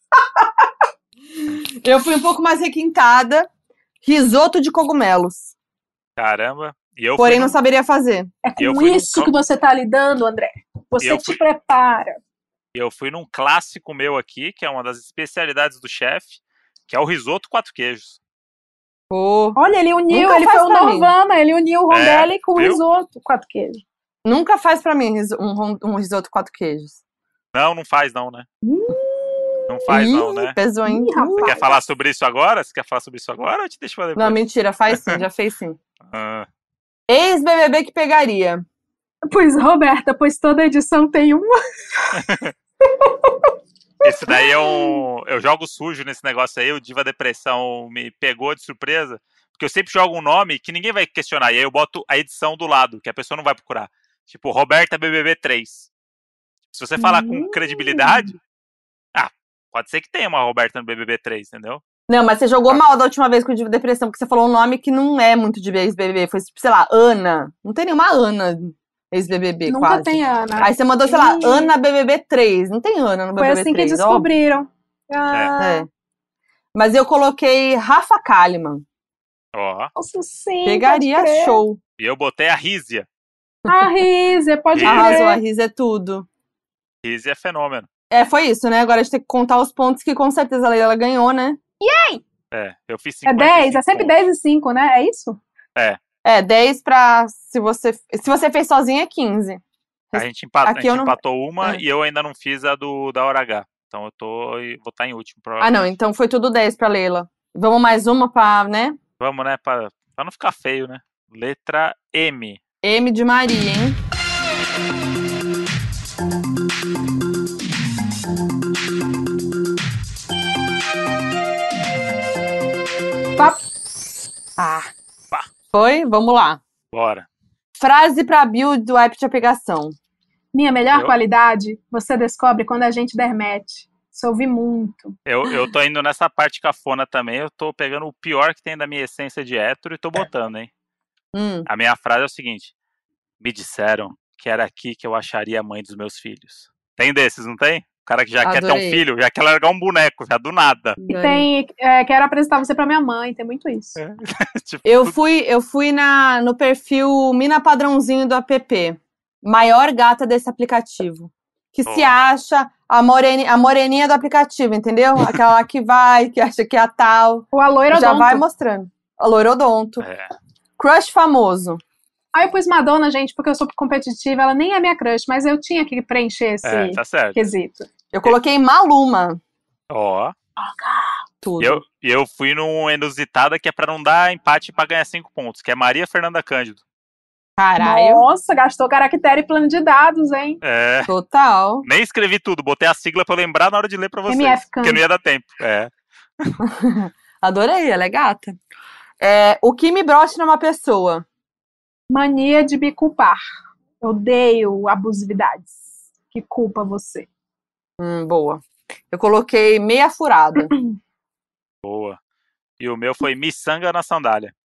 Eu fui um pouco mais requintada. Risoto de cogumelos. Caramba. Porém, não saberia fazer. É com isso que você tá lidando, André. Você te prepara. Eu fui num clássico meu aqui, que é uma das especialidades do chefe, que é o risoto 4 queijos. Olha, ele uniu, ele foi o Norvana, ele uniu o Rondelli com o risoto 4 queijos. Nunca faz pra mim um risoto 4 queijos. Não faz não, né? Não faz não, né? Pesou, hein? Você quer falar sobre isso agora? Ou eu te deixo falar depois? Não, mentira, faz sim, já fez sim. Ex-BBB que pegaria. Pois, Roberta, pois toda edição tem uma. Esse daí eu jogo sujo nesse negócio aí, o Diva Depressão me pegou de surpresa, porque eu sempre jogo um nome que ninguém vai questionar, e aí eu boto a edição do lado, que a pessoa não vai procurar. Tipo, Roberta BBB 3. Se você falar com credibilidade, pode ser que tenha uma Roberta no BBB 3, entendeu? Não, mas você jogou mal da última vez que eu tive depressão, porque você falou um nome que não é muito de ex-BBB. Foi, tipo, sei lá, Ana. Não tem nenhuma Ana ex-BBB, Nunca quase. tem Ana. Aí você mandou, sei lá, Ana BBB 3. Não tem Ana no BBB 3. Foi assim que descobriram. É. Mas eu coloquei Rafa Kalimann. Ó. Nossa, sim, pegaria show. E eu botei a Rízia. A Rízia, pode crer. Arrasou, a Rízia é tudo. Rízia é fenômeno. Foi isso, né? Agora a gente tem que contar os pontos que com certeza a Leila ganhou, né? Yay! Eu fiz 5. É 10, é sempre 10 e 5, né? É isso? 10 pra... Se você fez sozinha, é 15. A gente empatou uma e eu ainda não fiz a da hora H. Então vou estar em último, provavelmente. Não, então foi tudo 10 pra Leila. Vamos mais uma pra, né? Vamos, né? Pra não ficar feio, né? Letra M. M de Maria, hein? Pá. Foi? Vamos lá. Bora. Frase pra bio do app de aplicação. Minha melhor qualidade, você descobre quando a gente dermete. Isso eu ouvi muito. Eu tô indo nessa parte cafona também. Eu tô pegando o pior que tem da minha essência de hétero e tô botando, hein? A minha frase é o seguinte. Me disseram que era aqui que eu acharia a mãe dos meus filhos. Tem desses, não tem? O cara que já quer ter um filho, já quer largar um boneco, já do nada. E tem, quero apresentar você pra minha mãe, tem muito isso. Tipo, eu fui no perfil Mina Padrãozinho do app. Maior gata desse aplicativo. Que se acha a moreninha do aplicativo, entendeu? Aquela lá que acha que é a tal. O loirodonto. Já vai mostrando. A loirodonto. Crush famoso. Aí eu pus Madonna, gente, porque eu sou competitiva, ela nem é minha crush, mas eu tinha que preencher esse quesito. Eu coloquei Maluma. Ó. Tudo. E eu fui num inusitada que é pra não dar empate pra ganhar 5 pontos, que é Maria Fernanda Cândido. Caralho. Nossa, gastou caractere e plano de dados, hein? Total. Nem escrevi tudo, botei a sigla pra eu lembrar na hora de ler pra vocês. MF porque não ia dar tempo. Adorei, ela é gata. O que me brocha numa pessoa? Mania de me culpar. Eu odeio abusividades. Que culpa você? Boa. Eu coloquei meia furada. Boa. E o meu foi miçanga na sandália.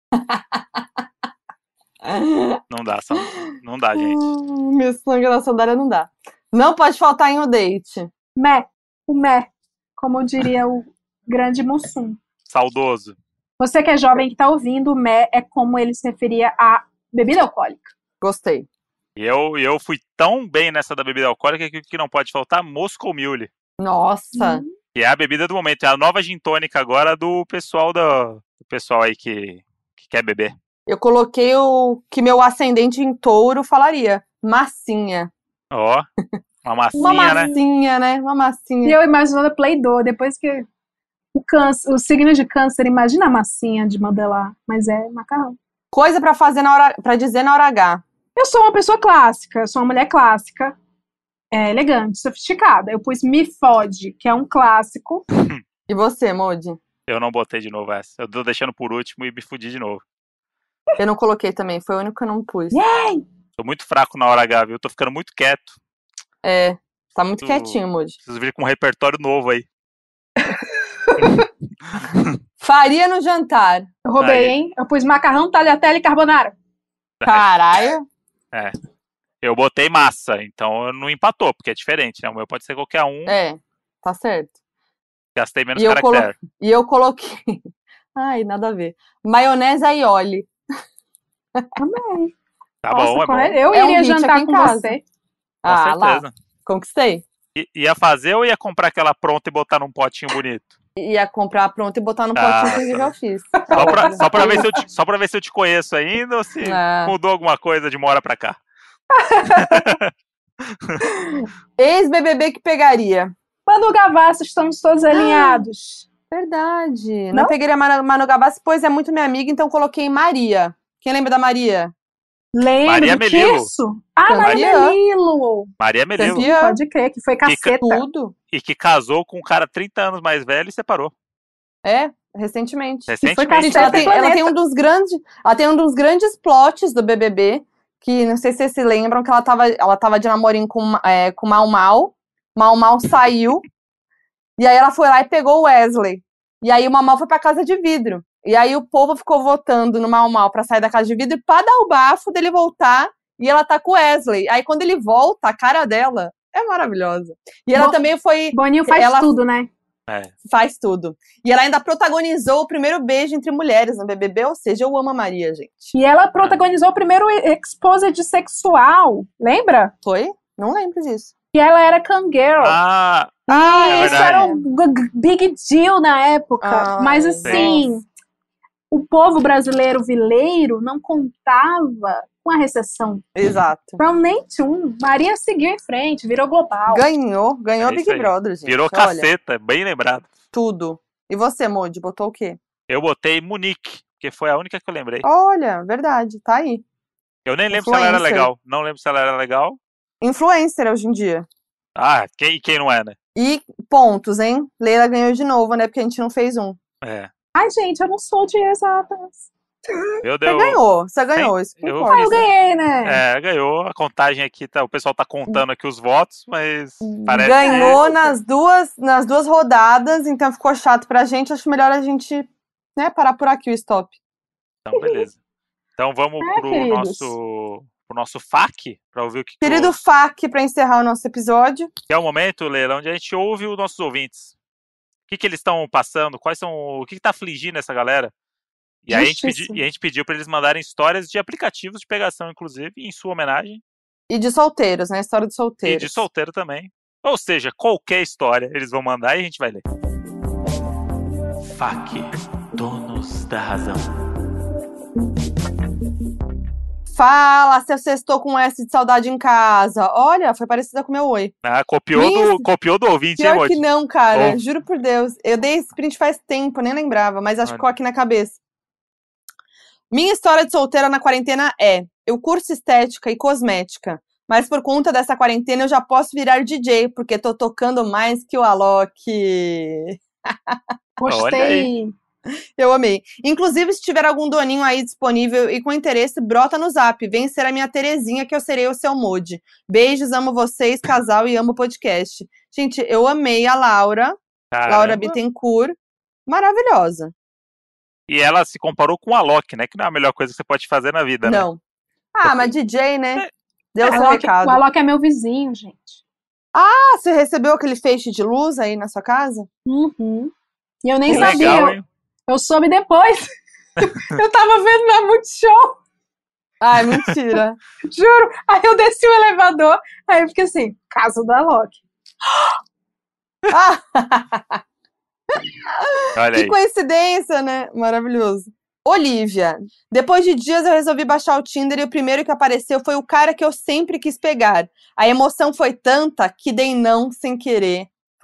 Não dá, gente. Miçanga na sandália não dá. Não pode faltar em um date. O mé. Como diria o grande Mussum. Saudoso. Você que é jovem que tá ouvindo, o mé é como ele se referia a bebida alcoólica. Gostei. E eu fui tão bem nessa da bebida alcoólica que não pode faltar Moscow Mule. Nossa. Que é a bebida do momento. É a nova gin tônica agora do pessoal aí que quer beber. Eu coloquei o que meu ascendente em touro falaria. Massinha. Ó. Uma massinha, né? Uma massinha. E eu imaginando Play-Doh, depois que o signo de câncer, imagina a massinha de modelar. Mas é macarrão. Coisa pra dizer na hora H. Eu sou uma pessoa clássica, eu sou uma mulher clássica, elegante, sofisticada. Eu pus Me Fode, que é um clássico. E você, Modi? Eu não botei de novo essa. Eu tô deixando por último e me fudi de novo. Eu não coloquei também, foi o único que eu não pus. Yay! Tô muito fraco na hora H, viu? Tô ficando muito quieto. Tá muito quietinho, Modi. Preciso vir com um repertório novo aí. Faria no jantar. Eu roubei, hein? Eu pus macarrão, tagliatelle e carbonara. Caralho. Eu botei massa, então não empatou, porque é diferente, né? O meu pode ser qualquer um. Tá certo. Gastei menos caractere. E eu coloquei... Ai, nada a ver. Maionese aioli. Também. Tá bom, é bom. Eu iria jantar com você. Com certeza. Lá. Conquistei. Ia fazer ou ia comprar aquela pronta e botar num potinho bonito? Ia comprar pronta e botar num potinho que eu fiz. Só pra ver se eu te conheço ainda ou se mudou alguma coisa de uma hora pra cá. Ex-BBB que pegaria. Manu Gavassi, estamos todos alinhados. Verdade. Não peguei a Manu Gavassi, pois é muito minha amiga, então coloquei Maria. Quem lembra da Maria? Lembro. Maria Melilo. Maria Melilo. Maria Melilo. Pode crer, que foi caceta. Tudo. E que casou com um cara 30 anos mais velho e separou. Recentemente. Recentemente. Ela tem um dos grandes plots do BBB, que não sei se vocês se lembram, que ela tava de namorinho com Mau Mau. Mau Mau saiu. E aí ela foi lá e pegou o Wesley. E aí o Mau Mau foi pra casa de vidro. E aí o povo ficou votando no Mau Mau pra sair da casa de vidro pra dar o bafo dele voltar. E ela tá com o Wesley. Aí quando ele volta, a cara dela é maravilhosa. E ela também foi... Boninho faz tudo, né? Faz tudo. E ela ainda protagonizou o primeiro beijo entre mulheres no BBB, ou seja, eu amo a Maria, gente. E ela protagonizou o primeiro exposed sexual, lembra? Foi? Não lembro disso. E ela era Kangirl. Isso era um big deal na época. Mas assim, o povo brasileiro vileiro não contava com a recessão. Exato. Então nem tchum. Maria seguiu em frente, virou global. Ganhou Big Brother, gente. Virou caceta, bem lembrado. Tudo. E você, Modi, botou o quê? Eu botei Monique, porque foi a única que eu lembrei. Olha, verdade, tá aí. Eu nem lembro se ela era legal. Não lembro se ela era legal. Influencer hoje em dia. Quem não é, né? E pontos, hein? Leila ganhou de novo, né? Porque a gente não fez um. Ai, gente, eu não sou de exatas. Você ganhou, isso que importa. Eu ganhei, né? Ganhou. A contagem aqui, o pessoal tá contando aqui os votos, mas parece ganhou nas duas rodadas, então ficou chato pra gente. Acho melhor a gente, né, parar por aqui o stop. Então, beleza. Então vamos pro nosso FAQ, pra ouvir o que... Querido FAQ, pra encerrar o nosso episódio. Que é o momento, Leila, onde a gente ouve os nossos ouvintes. O que eles estão passando, o que tá afligindo essa galera. E aí a gente pediu pra eles mandarem histórias de aplicativos de pegação, inclusive, em sua homenagem. E de solteiros, né? História de solteiros. E de solteiro também. Ou seja, qualquer história eles vão mandar e a gente vai ler. FAQ, donos da razão. Fala, se eu sextou com S de saudade em casa. Olha, foi parecida com o meu oi. Copiou do ouvinte, pior que não, cara. Juro por Deus. Eu dei esse print faz tempo, nem lembrava, mas acho que ficou aqui na cabeça. Minha história de solteira na quarentena eu curso estética e cosmética, mas por conta dessa quarentena eu já posso virar DJ, porque tô tocando mais que o Alok. Gostei. Eu amei. Inclusive, se tiver algum doninho aí disponível e com interesse, brota no zap. Vem ser a minha Terezinha que eu serei o seu mod. Beijos, amo vocês, casal, e amo o podcast. Gente, eu amei a Laura. Caramba. Laura Bittencourt. Maravilhosa. E ela se comparou com o Alok, né? Que não é a melhor coisa que você pode fazer na vida, não. Né? Mas DJ, né? Deu seu recado. O Alok é meu vizinho, gente. Você recebeu aquele feixe de luz aí na sua casa? Uhum. E eu nem sabia. Legal, eu soube depois. Eu tava vendo na Multishow. Ai, mentira. Juro. Aí eu desci o elevador, aí eu fiquei assim, casa do Alok. Que coincidência, né? Maravilhoso. Olivia, depois de dias eu resolvi baixar o Tinder e o primeiro que apareceu foi o cara que eu sempre quis pegar. A emoção foi tanta que dei não sem querer.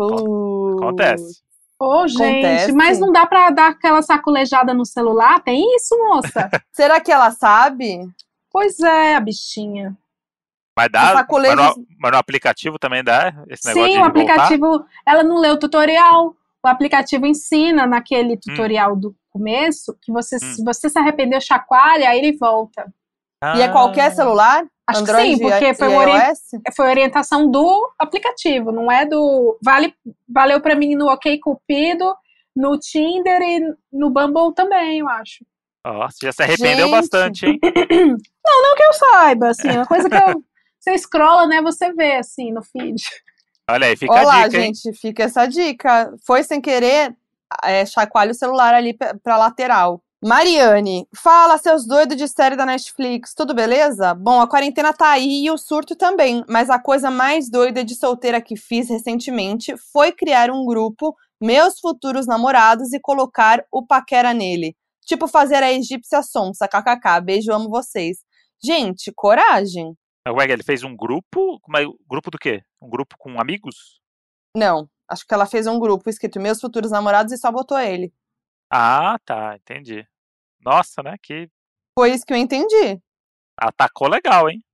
Acontece. Gente, acontece. Mas não dá pra dar aquela sacolejada no celular? Tem isso, moça? Será que ela sabe? Pois é, a bichinha. Mas dá, mas no aplicativo também dá esse negócio de Sim, o aplicativo, voltar? Ela não leu o tutorial. O aplicativo ensina naquele tutorial do começo que se você se arrependeu, chacoalha, aí ele volta. E é qualquer celular? Acho Android que sim, porque foi orientação do aplicativo, não é do... Valeu pra mim no OkCupido, no Tinder e no Bumble também, eu acho. Você já se arrependeu bastante, hein? Não que eu saiba, assim, uma coisa que você scrolla, né, você vê, assim, no feed. Olha aí, fica a dica, gente, fica essa dica. Foi sem querer, chacoalha o celular ali pra lateral. Mariane, fala, seus doidos de série da Netflix, tudo beleza? Bom, a quarentena tá aí e o surto também, mas a coisa mais doida de solteira que fiz recentemente foi criar um grupo, meus futuros namorados, e colocar o paquera nele. Tipo fazer a egípcia sonsa, kkk, beijo, amo vocês. Gente, coragem. Ele fez um grupo? Grupo do quê? Um grupo com amigos? Não, acho que ela fez um grupo escrito meus futuros namorados e só botou ele. Ah, tá, entendi. Nossa, né, que... Foi isso que eu entendi. Atacou legal, hein?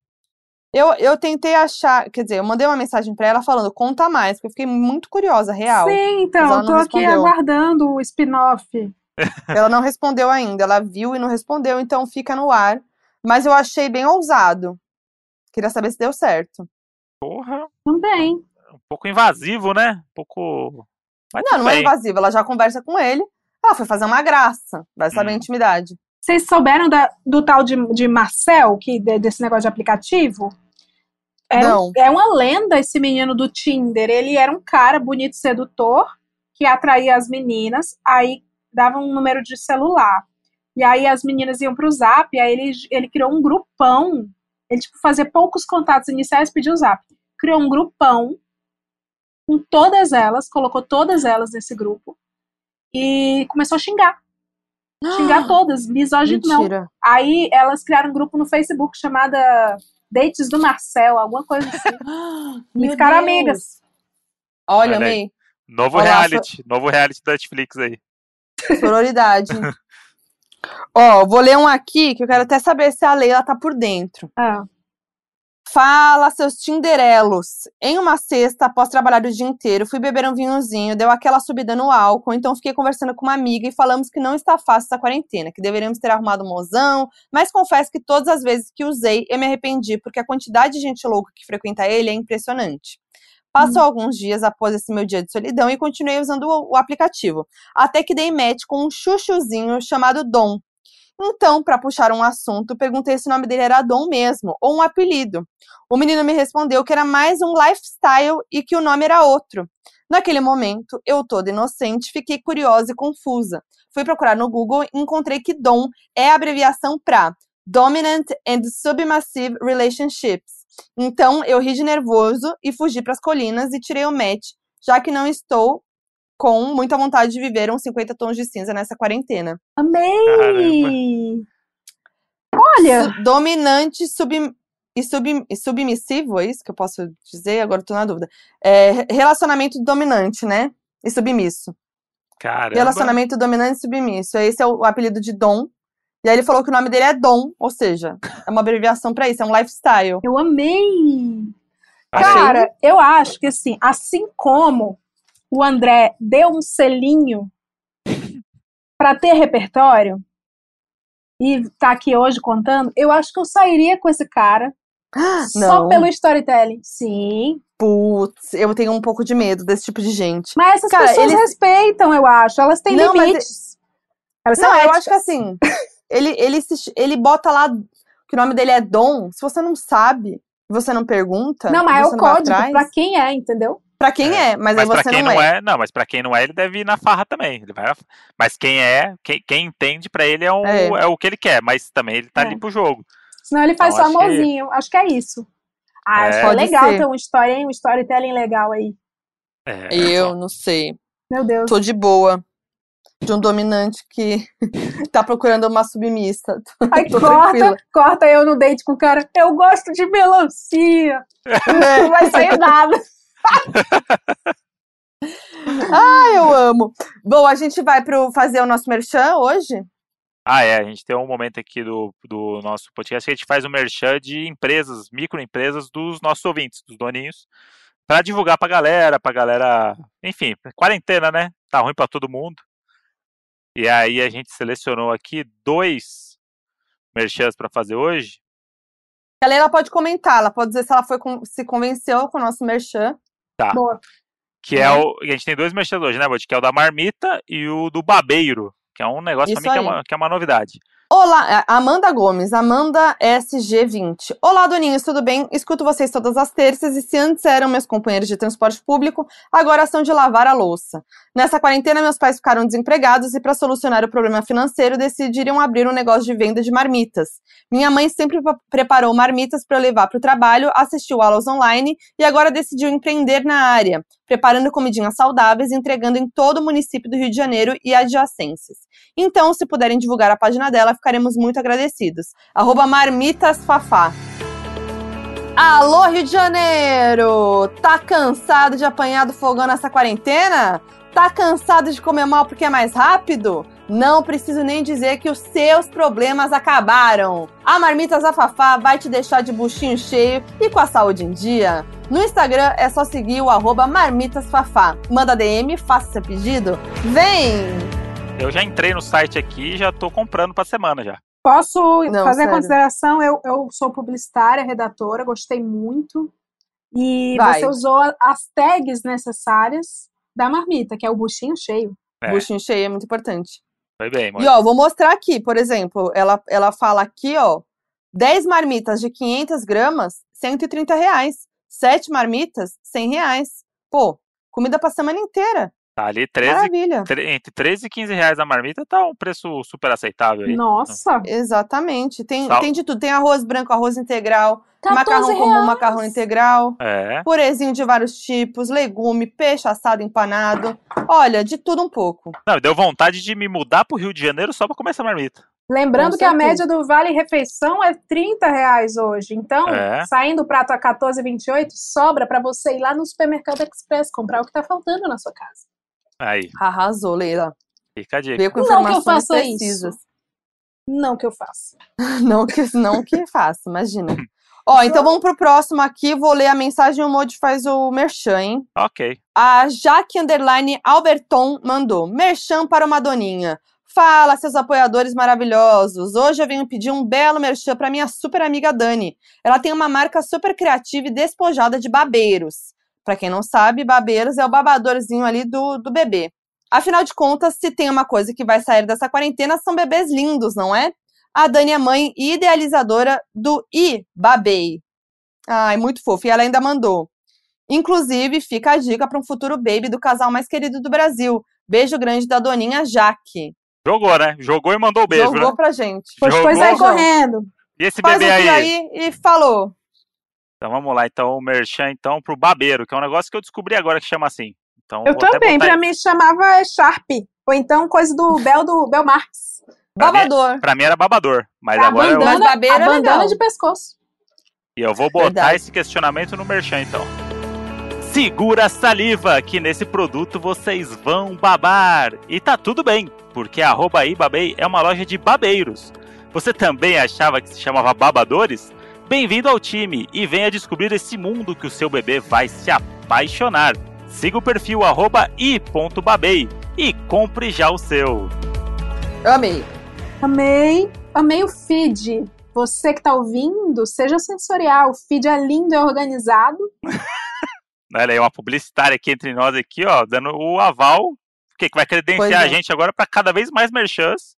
Eu tentei achar, quer dizer, eu mandei uma mensagem pra ela falando, conta mais, porque eu fiquei muito curiosa, real. Sim, então, eu tô aqui aguardando o spin-off. Ela não respondeu ainda, ela viu e não respondeu, então fica no ar. Mas eu achei bem ousado. Queria saber se deu certo. Porra. Também. Um pouco invasivo, né? Um pouco... Mas não é invasiva, ela já conversa com ele. Ela foi fazer uma graça, vai saber a intimidade. Vocês souberam do tal de Marcel, desse negócio de aplicativo? Não. É uma lenda esse menino do Tinder. Ele era um cara bonito, sedutor, que atraía as meninas, aí dava um número de celular. E aí as meninas iam pro Zap, e aí ele criou um grupão. Ele, tipo, fazia poucos contatos iniciais e pedia o Zap. Criou um grupão com todas elas, colocou todas elas nesse grupo e começou a xingar. Xingar todas, misógino. Mentira. Aí elas criaram um grupo no Facebook chamada Dates do Marcel, alguma coisa assim. E ficaram amigas. Olha, amei. Novo reality da Netflix aí. Sororidade. Ó, vou ler um aqui que eu quero até saber se a Leila tá por dentro. Fala, seus tinderelos. Em uma sexta, após trabalhar o dia inteiro, fui beber um vinhozinho, deu aquela subida no álcool, então fiquei conversando com uma amiga e falamos que não está fácil essa quarentena, que deveríamos ter arrumado um mozão, mas confesso que todas as vezes que usei, eu me arrependi, porque a quantidade de gente louca que frequenta ele é impressionante. Passou alguns dias após esse meu dia de solidão e continuei usando o aplicativo, até que dei match com um chuchuzinho chamado Dom. Então, para puxar um assunto, perguntei se o nome dele era Dom mesmo, ou um apelido. O menino me respondeu que era mais um lifestyle e que o nome era outro. Naquele momento, eu toda inocente, fiquei curiosa e confusa. Fui procurar no Google e encontrei que Dom é a abreviação para Dominant and Submissive Relationships. Então, eu ri de nervoso e fugi para as colinas e tirei o match, já que não estou com muita vontade de viver uns 50 tons de cinza nessa quarentena. Amei! Caramba. Olha! Dominante e submissivo, é isso que eu posso dizer? Agora eu tô na dúvida. Relacionamento dominante, né? E submisso. Caramba! Relacionamento dominante e submisso. Esse é o apelido de Dom. E aí ele falou que o nome dele é Dom, ou seja, é uma abreviação pra isso, é um lifestyle. Eu amei! Cara, eu acho que assim como o André deu um selinho para ter repertório e tá aqui hoje contando, eu acho que eu sairia com esse cara só pelo storytelling. Sim. Putz, eu tenho um pouco de medo desse tipo de gente. Mas essas pessoas respeitam, eu acho. Elas têm limites. Elas são éticas. Eu acho que assim, ele bota lá que o nome dele é Dom. Se você não sabe, você não pergunta. Não, mas é o código pra quem é, entendeu? Pra quem mas aí você não é. Não, mas pra quem não é, ele deve ir na farra também. Ele vai mas quem entende pra ele é o que ele quer, mas também ele tá ali pro jogo. Senão ele faz só amorzinho. Acho que é isso. Acho que é legal ter um storytelling legal aí. Eu não sei. Meu Deus. Tô de boa. De um dominante que tá procurando uma submissa. Ai, corta eu no date com o cara. Eu gosto de melancia. Não vai sair nada. Eu amo. Bom, a gente vai fazer o nosso merchan hoje? A gente tem um momento aqui do nosso podcast que a gente faz um merchan de empresas, microempresas dos nossos ouvintes, dos doninhos, pra divulgar pra galera, enfim, quarentena, né? Tá ruim pra todo mundo. E aí a gente selecionou aqui 2 merchans pra fazer hoje. A Leila pode comentar, ela pode dizer se ela se convenceu com o nosso merchan. Tá. Boa. Que é a gente tem 2 merchans hoje, né, Bode? Que é o da marmita e o do babeiro, que é um negócio Isso pra mim que é uma novidade. Olá, Amanda Gomes, Amanda SG20. Olá, doninhos, tudo bem? Escuto vocês todas as terças e se antes eram meus companheiros de transporte público, agora são de lavar a louça. Nessa quarentena, meus pais ficaram desempregados e para solucionar o problema financeiro, decidiram abrir um negócio de venda de marmitas. Minha mãe sempre preparou marmitas para eu levar para o trabalho, assistiu aulas online e agora decidiu empreender na área, preparando comidinhas saudáveis e entregando em todo o município do Rio de Janeiro e adjacências. Então, se puderem divulgar a página dela, ficaremos muito agradecidos. @marmitasfafá. Alô, Rio de Janeiro! Tá cansado de apanhar do fogão nessa quarentena? Tá cansado de comer mal porque é mais rápido? Não preciso nem dizer que os seus problemas acabaram. A Marmitas Afafá vai te deixar de buchinho cheio e com a saúde em dia. No Instagram é só seguir o @marmitasfafá. Manda DM, faça seu pedido. Vem! Eu já entrei no site aqui e já tô comprando pra semana já. Posso fazer a consideração? Eu sou publicitária, redatora, gostei muito. E você usou as tags necessárias. da marmita, que é o buchinho cheio. Buchinho cheio é muito importante. Foi bem, E ó, vou mostrar aqui, por exemplo, ela fala aqui, ó, 10 marmitas de 500 gramas, R$130. 7 marmitas, R$100. Pô, comida pra semana inteira. Tá ali Maravilha. Entre 13 e 15 reais a marmita, tá um preço super aceitável aí. Nossa! Exatamente. Tem de tudo. Tem arroz branco, arroz integral, macarrão comum, macarrão integral, purezinho de vários tipos, legume, peixe assado empanado. Olha, de tudo um pouco. Não, deu vontade de me mudar pro Rio de Janeiro só pra comer essa marmita. Lembrando que a média do Vale Refeição é R$30 hoje. Então, saindo o prato a R$14,28, sobra pra você ir lá no Supermercado Express comprar o que tá faltando na sua casa. Aí. Arrasou, Leila. Fica a dica. Veio com informações precisas. Não que eu faça. não que faça, imagina. Ó, então vamos pro próximo aqui. Vou ler a mensagem e o Modi faz o merchan, hein? Ok. A Jaque_Alberton mandou. Merchan para uma doninha. Fala, seus apoiadores maravilhosos. Hoje eu venho pedir um belo merchan pra minha super amiga Dani. Ela tem uma marca super criativa e despojada de babeiros. Pra quem não sabe, babeiros é o babadorzinho ali do bebê. Afinal de contas, se tem uma coisa que vai sair dessa quarentena, são bebês lindos, não é? A Dani é mãe e idealizadora do Babei. Ai, muito fofo. E ela ainda mandou. Inclusive, fica a dica para um futuro baby do casal mais querido do Brasil. Beijo grande da doninha Jaque. Jogou, né? Jogou e mandou o beijo, Jogou, né? Pra gente. Depois sai correndo. E esse bebê aí e falou. Então vamos lá, então o merchan então pro babeiro, que é um negócio que eu descobri agora que chama assim. Então, eu também, pra mim chamava Sharp, ou então coisa do Bel Marx. Babador. Pra mim era babador, mas agora bandana, eu... Babeiro a bandana de pescoço. E eu vou botar esse questionamento no merchan então. Segura a saliva, que nesse produto vocês vão babar. E tá tudo bem, porque a @ibabei é uma loja de babeiros. Você também achava que se chamava babadores? Bem-vindo ao time e venha descobrir esse mundo que o seu bebê vai se apaixonar. Siga o perfil @i.babei e compre já o seu. Eu amei. Amei o feed. Você que tá ouvindo, seja sensorial. O feed é lindo, é organizado. Olha aí, uma publicitária aqui entre nós aqui, ó, dando o aval, que vai credenciar a gente agora para cada vez mais merchans.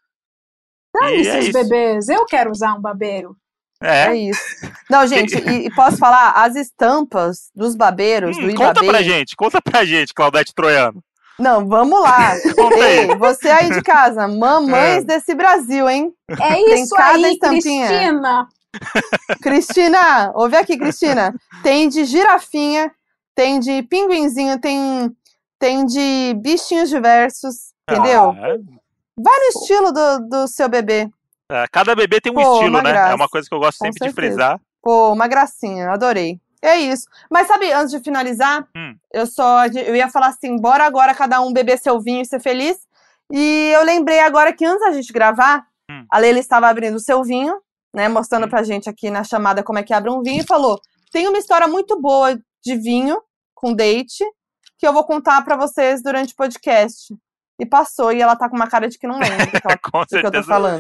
Esses bebês, eu quero usar um babeiro. É isso. Não, gente, e posso falar, as estampas dos babeiros do Ibabei... Conta pra gente, Claudete Troiano. Não, vamos lá. Ei, você aí de casa, mamães desse Brasil, hein? É isso. Tem cada aí, estampinha. Cristina, ouve aqui, Cristina. Tem de girafinha, tem de pinguinzinho, tem de bichinhos diversos, entendeu? Vai no estilo do seu bebê. Cada bebê tem um estilo, né? Graça. É uma coisa que eu gosto sempre de frisar. Pô, uma gracinha, adorei. É isso. Mas sabe, antes de finalizar, eu ia falar assim, bora agora cada um beber seu vinho e ser feliz. E eu lembrei agora que antes da gente gravar, a Leila estava abrindo o seu vinho, né, mostrando pra gente aqui na chamada como é que abre um vinho, e falou, tem uma história muito boa de vinho com date, que eu vou contar pra vocês durante o podcast. E passou, e ela tá com uma cara de que não lembra do que eu tô falando.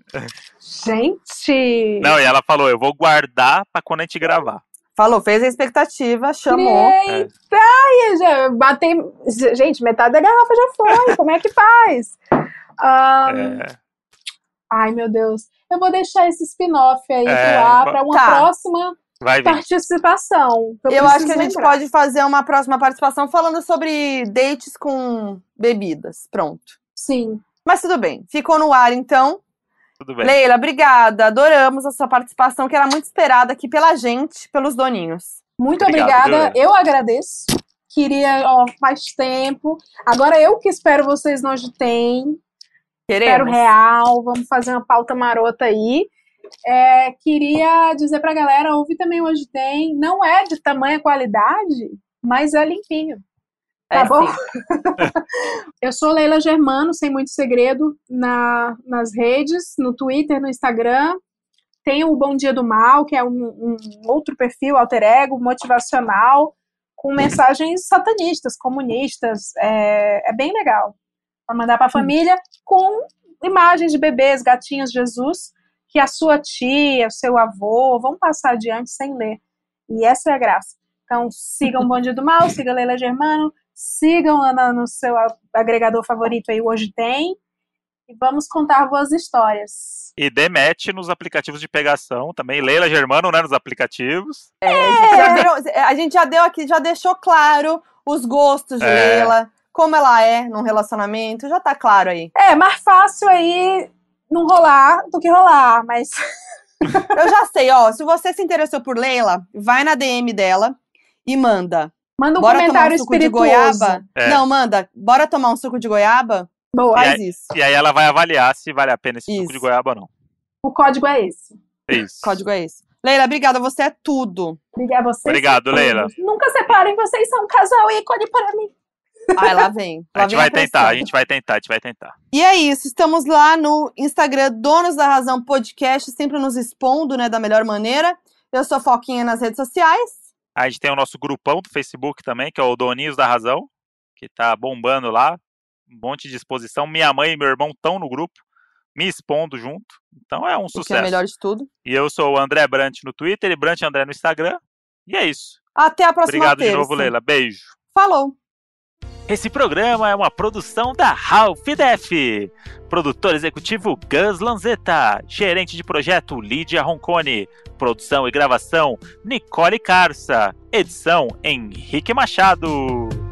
Gente! Não, e ela falou, eu vou guardar pra quando a gente gravar. Falou, fez a expectativa, chamou. Já batei... Gente, metade da garrafa já foi, como é que faz? Ai, meu Deus. Eu vou deixar esse spin-off aí pro ar pra uma próxima participação. Eu acho que a gente pode fazer uma próxima participação falando sobre dates com bebidas. Pronto. Sim. Mas tudo bem. Ficou no ar, então. Tudo bem. Leila, obrigada. Adoramos a sua participação, que era muito esperada aqui pela gente, pelos doninhos. Muito obrigada. Eu agradeço. Queria mais tempo. Agora eu que espero vocês no Hoje Tem. Espero real. Vamos fazer uma pauta marota aí. Queria dizer pra galera, ouve também Hoje Tem. Não é de tamanha qualidade, mas é limpinho. Tá bom? Eu sou Leila Germano, sem muito segredo, nas redes, no Twitter, no Instagram. Tenho o Bom Dia do Mal, que é um outro perfil, alter ego, motivacional, com mensagens satanistas, comunistas. É bem legal. Para mandar para a família, com imagens de bebês, gatinhos, Jesus, que a sua tia, o seu avô vão passar adiante sem ler. E essa é a graça. Então, sigam o Bom Dia do Mal, siga Leila Germano, Sigam no seu agregador favorito aí, Hoje Tem. E vamos contar boas histórias. E dê match nos aplicativos de pegação também. Leila Germano, né, nos aplicativos. A gente já deu aqui, já deixou claro os gostos de Leila, como ela é num relacionamento, já tá claro aí. Mais fácil aí não rolar do que rolar, mas... Eu já sei, ó, se você se interessou por Leila, vai na DM dela e manda. Manda um bora comentário tomar um suco espirituoso. de goiaba? Não, manda, bora tomar um suco de goiaba? Boa. Faz isso. E aí ela vai avaliar se vale a pena esse suco de goiaba ou não. O código é esse. Isso. O código é esse. Leila, obrigada, você é tudo. Obrigada a vocês. Obrigado, Leila. Nunca separem, vocês são um casal ícone para mim. Ai, lá vem. A gente vai tentar. E é isso, estamos lá no Instagram Donos da Razão Podcast, sempre nos expondo, né, da melhor maneira. Eu sou Foquinha nas redes sociais. A gente tem o nosso grupão do Facebook também, que é o Doninhos da Razão, que tá bombando lá. Um monte de exposição. Minha mãe e meu irmão estão no grupo, me expondo junto. Então é um sucesso. Que é melhor de tudo. E eu sou o André Brant no Twitter e Brant André no Instagram. E é isso. Até a próxima Obrigado terça. de novo, Leila. Beijo. Falou. Esse programa é uma produção da Ralph Def. Produtor executivo Gus Lanzetta. Gerente de projeto Lídia Roncone. Produção e gravação Nicole Carça. Edição Henrique Machado.